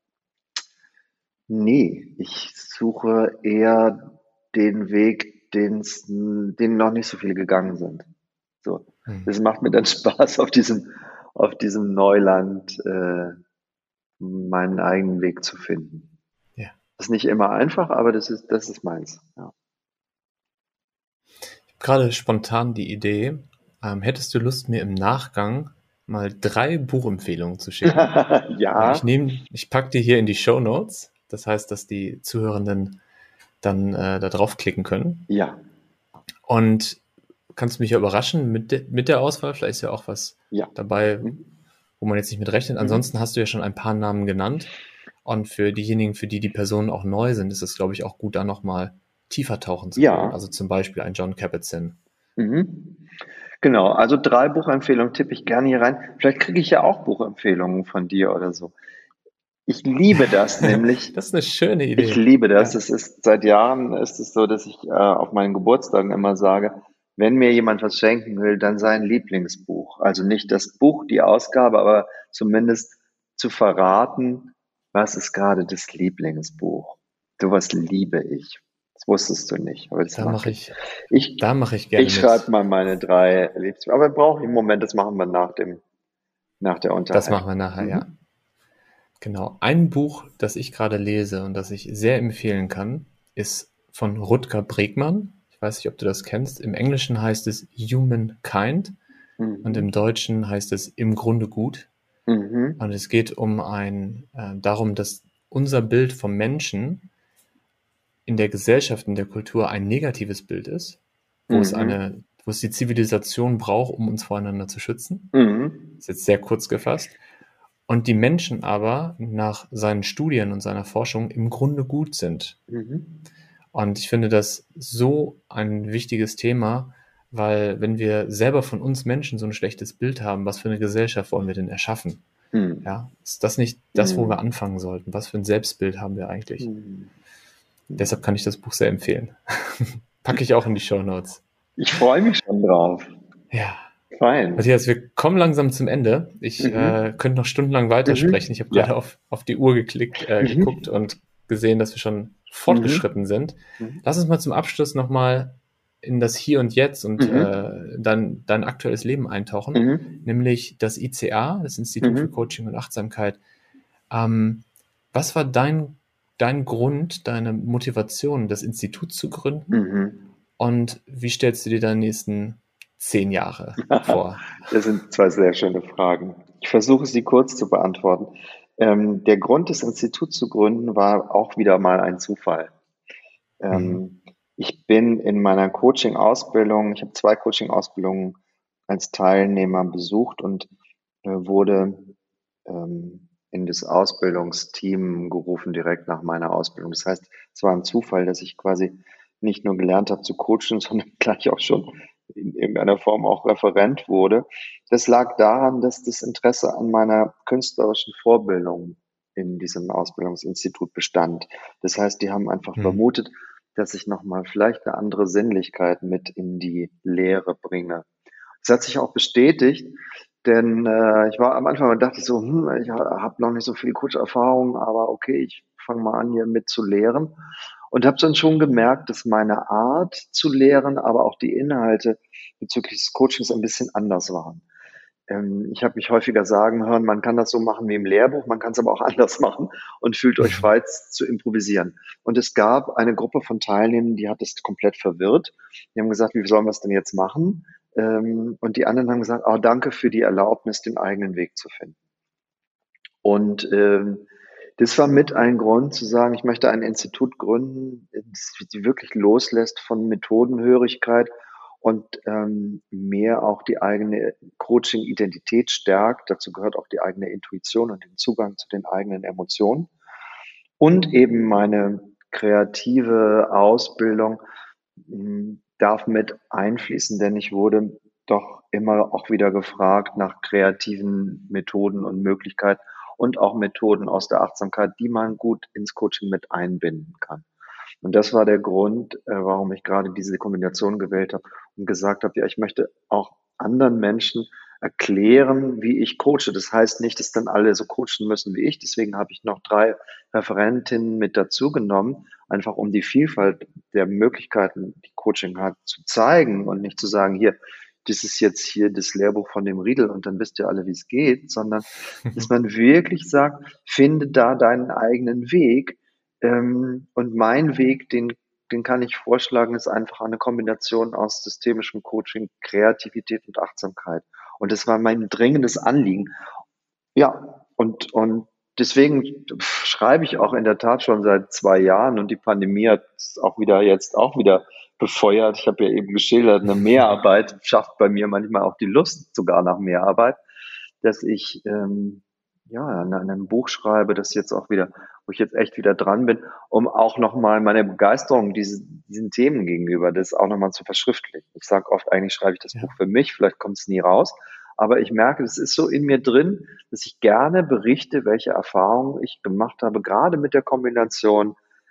nee, ich suche eher den Weg, den's, den noch nicht so viele gegangen sind. So, Mhm. das macht mir dann Spaß, auf diesem, auf diesem Neuland äh, meinen eigenen Weg zu finden. Ja. Das ist nicht immer einfach, aber das ist, das ist meins. Ja. Ich habe gerade spontan die Idee, ähm, hättest du Lust, mir im Nachgang mal drei Buchempfehlungen zu schicken? Äh, Ich Ja, nehme, ich packe die hier in die Show Notes. Das heißt, dass die Zuhörenden dann äh, da draufklicken können. ja, Und kannst du mich ja überraschen mit, de mit der Auswahl. Vielleicht ist ja auch was ja. dabei, Mhm. wo man jetzt nicht mit rechnet. Mhm. Ansonsten hast du ja schon ein paar Namen genannt. Und für diejenigen, für die die Personen auch neu sind, ist es, glaube ich, auch gut, da nochmal tiefer tauchen zu können. Ja. Also zum Beispiel ein John Kabat-Zinn. Mhm. Genau, also drei Buchempfehlungen tippe ich gerne hier rein. Vielleicht kriege ich ja auch Buchempfehlungen von dir oder so. Ich liebe das nämlich. Das ist eine schöne Ich Idee. liebe das. Ja. Es ist seit Jahren ist es so, dass ich äh, auf meinen Geburtstagen immer sage, wenn mir jemand was schenken will, dann sein Lieblingsbuch. Also nicht das Buch, die Ausgabe, aber zumindest zu verraten, was ist gerade das Lieblingsbuch. Sowas liebe ich. Das wusstest du nicht, aber das Da mag mache ich. ich, Ich, da mache ich gerne ich schreibe mit. mal meine drei Lieblingsbücher. Aber brauche ich im Moment, das machen wir nach dem, nach der Das machen Unterhaltung. wir nachher, ja. Mhm. Genau. Ein Buch, das ich gerade lese und das ich sehr empfehlen kann, ist von Rutger Bregmann. Ich weiß nicht, ob du das kennst. Im Englischen heißt es Humankind und im Mhm. Deutschen heißt es Im Grunde gut. Mhm. Und es geht um ein, äh, darum, dass unser Bild vom Menschen in der Gesellschaft, in der Kultur ein negatives Bild ist, wo es Mhm. eine, wo es die Zivilisation braucht, um uns voreinander zu schützen. Mhm. Das ist jetzt sehr kurz gefasst. Und die Menschen aber nach seinen Studien und seiner Forschung im Grunde gut sind. Mhm. Und ich finde das so ein wichtiges Thema, weil wenn wir selber von uns Menschen so ein schlechtes Bild haben, was für eine Gesellschaft wollen wir denn erschaffen? Mhm. Ja, ist das nicht das, wo wir Mhm. anfangen sollten? Was für ein Selbstbild haben wir eigentlich? Mhm. Deshalb kann ich das Buch sehr empfehlen. Packe ich auch in die Shownotes. Ich freue mich schon drauf. Ja. Fein. Matthias, wir kommen langsam zum Ende. Ich äh, Mhm. könnte noch stundenlang weitersprechen. Mhm. Ich habe Ja. gerade auf, auf die Uhr geklickt, äh, geguckt Mhm. und gesehen, dass wir schon Mhm. fortgeschritten sind. Mhm. Lass uns mal zum Abschluss nochmal in das Hier und Jetzt und Mhm. äh, dein, dein aktuelles Leben eintauchen, Mhm. nämlich das I C A, das Institut für Mhm. Coaching und Achtsamkeit. Ähm, was war dein, dein Grund, deine Motivation, das Institut zu gründen? Mhm. Und wie stellst du dir deine nächsten zehn Jahre vor? Das sind zwei sehr schöne Fragen. Ich versuche sie kurz zu beantworten. Ähm, der Grund, das Institut zu gründen, war auch wieder mal ein Zufall. Mhm. Ähm, ich bin in meiner Coaching-Ausbildung, ich habe zwei Coaching-Ausbildungen als Teilnehmer besucht und äh, wurde ähm, in das Ausbildungsteam gerufen direkt nach meiner Ausbildung. Das heißt, es war ein Zufall, dass ich quasi nicht nur gelernt habe zu coachen, sondern gleich auch schon in irgendeiner Form auch Referent wurde. Das lag daran, dass das Interesse an meiner künstlerischen Vorbildung in diesem Ausbildungsinstitut bestand. Das heißt, die haben einfach Mhm. vermutet, dass ich nochmal vielleicht eine andere Sinnlichkeit mit in die Lehre bringe. Das hat sich auch bestätigt, denn äh, ich war am Anfang und dachte so, hm, ich habe noch nicht so viel Coach-Erfahrung, aber okay, ich fange mal an, hier mit zu lehren. Und habe dann schon gemerkt, dass meine Art zu lehren, aber auch die Inhalte bezüglich des Coachings ein bisschen anders waren. Ähm, ich habe mich häufiger sagen hören, man kann das so machen wie im Lehrbuch, man kann es aber auch anders machen und fühlt euch frei zu improvisieren. Und es gab eine Gruppe von Teilnehmern, die hat es komplett verwirrt. Die haben gesagt, wie sollen wir es denn jetzt machen? Ähm, und die anderen haben gesagt, oh, danke für die Erlaubnis, den eigenen Weg zu finden. Und ähm, das war mit ein Grund zu sagen, ich möchte ein Institut gründen, das wirklich loslässt von Methodenhörigkeit und ähm, mehr auch die eigene Coaching-Identität stärkt. Dazu gehört auch die eigene Intuition und den Zugang zu den eigenen Emotionen. Und eben meine kreative Ausbildung mh, darf mit einfließen, denn ich wurde doch immer auch wieder gefragt nach kreativen Methoden und Möglichkeiten und auch Methoden aus der Achtsamkeit, die man gut ins Coaching mit einbinden kann. Und das war der Grund, äh, warum ich gerade diese Kombination gewählt habe und gesagt habe, ja, ich möchte auch anderen Menschen erklären, wie ich coache. Das heißt nicht, dass dann alle so coachen müssen wie ich. Deswegen habe ich noch drei Referentinnen mit dazu genommen, einfach um die Vielfalt der Möglichkeiten, die Coaching hat, zu zeigen und nicht zu sagen, hier, das ist jetzt hier das Lehrbuch von dem Riedel und dann wisst ihr alle, wie es geht, sondern dass man wirklich sagt, finde da deinen eigenen Weg. Ähm, und mein Weg, den, den kann ich vorschlagen, ist einfach eine Kombination aus systemischem Coaching, Kreativität und Achtsamkeit. Und das war mein dringendes Anliegen. Ja, und, und deswegen schreibe ich auch in der Tat schon seit zwei Jahren und die Pandemie hat es auch wieder jetzt auch wieder befeuert. Ich habe ja eben geschildert, eine Mehrarbeit schafft bei mir manchmal auch die Lust sogar nach Mehrarbeit, dass ich ähm, ja an einem Buch schreibe, das jetzt auch wieder, wo ich jetzt echt wieder dran bin, um auch nochmal meine Begeisterung diesen, diesen Themen gegenüber, das auch nochmal zu verschriftlichen. Ich sage oft, eigentlich schreibe ich das ja. Buch für mich, vielleicht kommt es nie raus, aber ich merke, es ist so in mir drin, dass ich gerne berichte, welche Erfahrungen ich gemacht habe, gerade mit der Kombination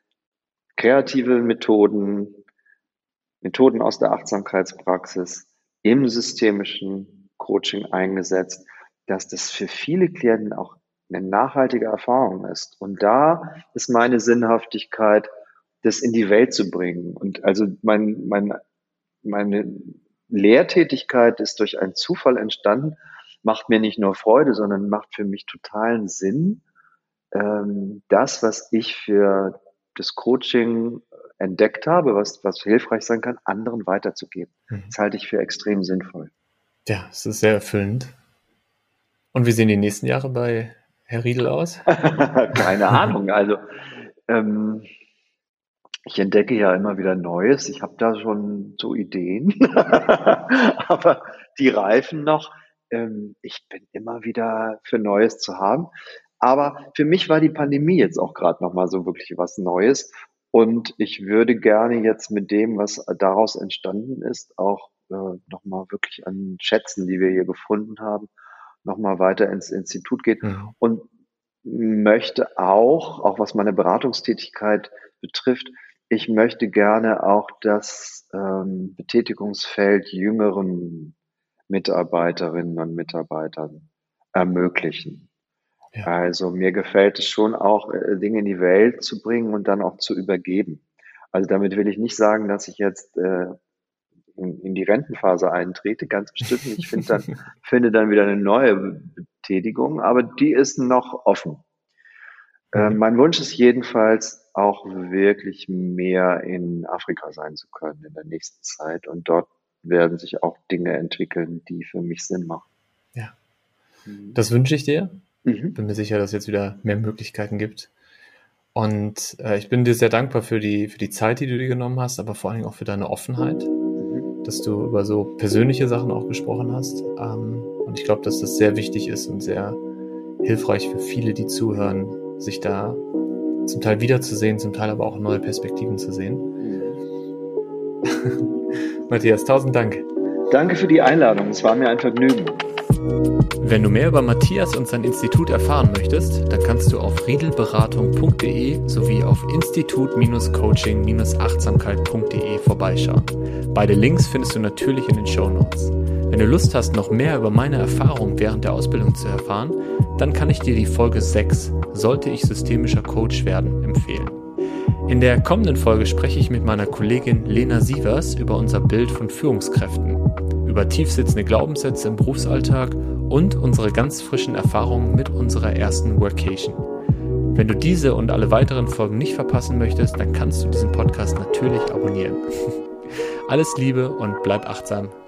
kreative Methoden, Methoden aus der Achtsamkeitspraxis im systemischen Coaching eingesetzt, dass das für viele Klienten auch eine nachhaltige Erfahrung ist. Und da ist meine Sinnhaftigkeit, das in die Welt zu bringen. Und also mein, mein, meine Lehrtätigkeit ist durch einen Zufall entstanden, macht mir nicht nur Freude, sondern macht für mich totalen Sinn, ähm, das, was ich für das Coaching entdeckt habe, was, was hilfreich sein kann, anderen weiterzugeben. Mhm. Das halte ich für extrem sinnvoll. Ja, es ist sehr erfüllend. Und wie sehen die nächsten Jahre bei Herr Riedel aus? Keine Ahnung. Also ähm, ich entdecke ja immer wieder Neues. Ich habe da schon so Ideen, aber die reifen noch. Ähm, ich bin immer wieder für Neues zu haben. Aber für mich war die Pandemie jetzt auch gerade nochmal so wirklich was Neues. Und ich würde gerne jetzt mit dem, was daraus entstanden ist, auch äh, nochmal wirklich an Schätzen, die wir hier gefunden haben, nochmal weiter ins Institut gehen. Mhm. Und möchte auch, auch was meine Beratungstätigkeit betrifft, ich möchte gerne auch das ähm, Betätigungsfeld jüngeren Mitarbeiterinnen und Mitarbeitern ermöglichen. Ja. Also mir gefällt es schon auch, Dinge in die Welt zu bringen und dann auch zu übergeben. Also damit will ich nicht sagen, dass ich jetzt äh, in, in die Rentenphase eintrete, ganz bestimmt nicht. Ich finde dann, finde dann wieder eine neue Betätigung, aber die ist noch offen. Mhm. Äh, mein Wunsch ist jedenfalls auch wirklich mehr in Afrika sein zu können in der nächsten Zeit und dort werden sich auch Dinge entwickeln, die für mich Sinn machen. Ja, das wünsche ich dir. Mhm. Bin mir sicher, dass es jetzt wieder mehr Möglichkeiten gibt. Und äh, ich bin dir sehr dankbar für die, für die Zeit, die du dir genommen hast, aber vor allen Dingen auch für deine Offenheit, mhm. dass du über so persönliche Sachen auch gesprochen hast. Ähm, und ich glaube, dass das sehr wichtig ist und sehr hilfreich für viele, die zuhören, sich da zum Teil wiederzusehen, zum Teil aber auch neue Perspektiven zu sehen. Mhm. Matthias, tausend Dank. Danke für die Einladung. Es war mir ein Vergnügen. Wenn du mehr über Matthias und sein Institut erfahren möchtest, dann kannst du auf riedelberatung punkt de sowie auf institut coaching achtsamkeit punkt de vorbeischauen. Beide Links findest du natürlich in den Shownotes. Wenn du Lust hast, noch mehr über meine Erfahrungen während der Ausbildung zu erfahren, dann kann ich dir die Folge sechs, Sollte ich systemischer Coach werden, empfehlen. In der kommenden Folge spreche ich mit meiner Kollegin Lena Sievers über unser Bild von Führungskräften, über tiefsitzende Glaubenssätze im Berufsalltag und unsere ganz frischen Erfahrungen mit unserer ersten Workation. Wenn du diese und alle weiteren Folgen nicht verpassen möchtest, dann kannst du diesen Podcast natürlich abonnieren. Alles Liebe und bleib achtsam.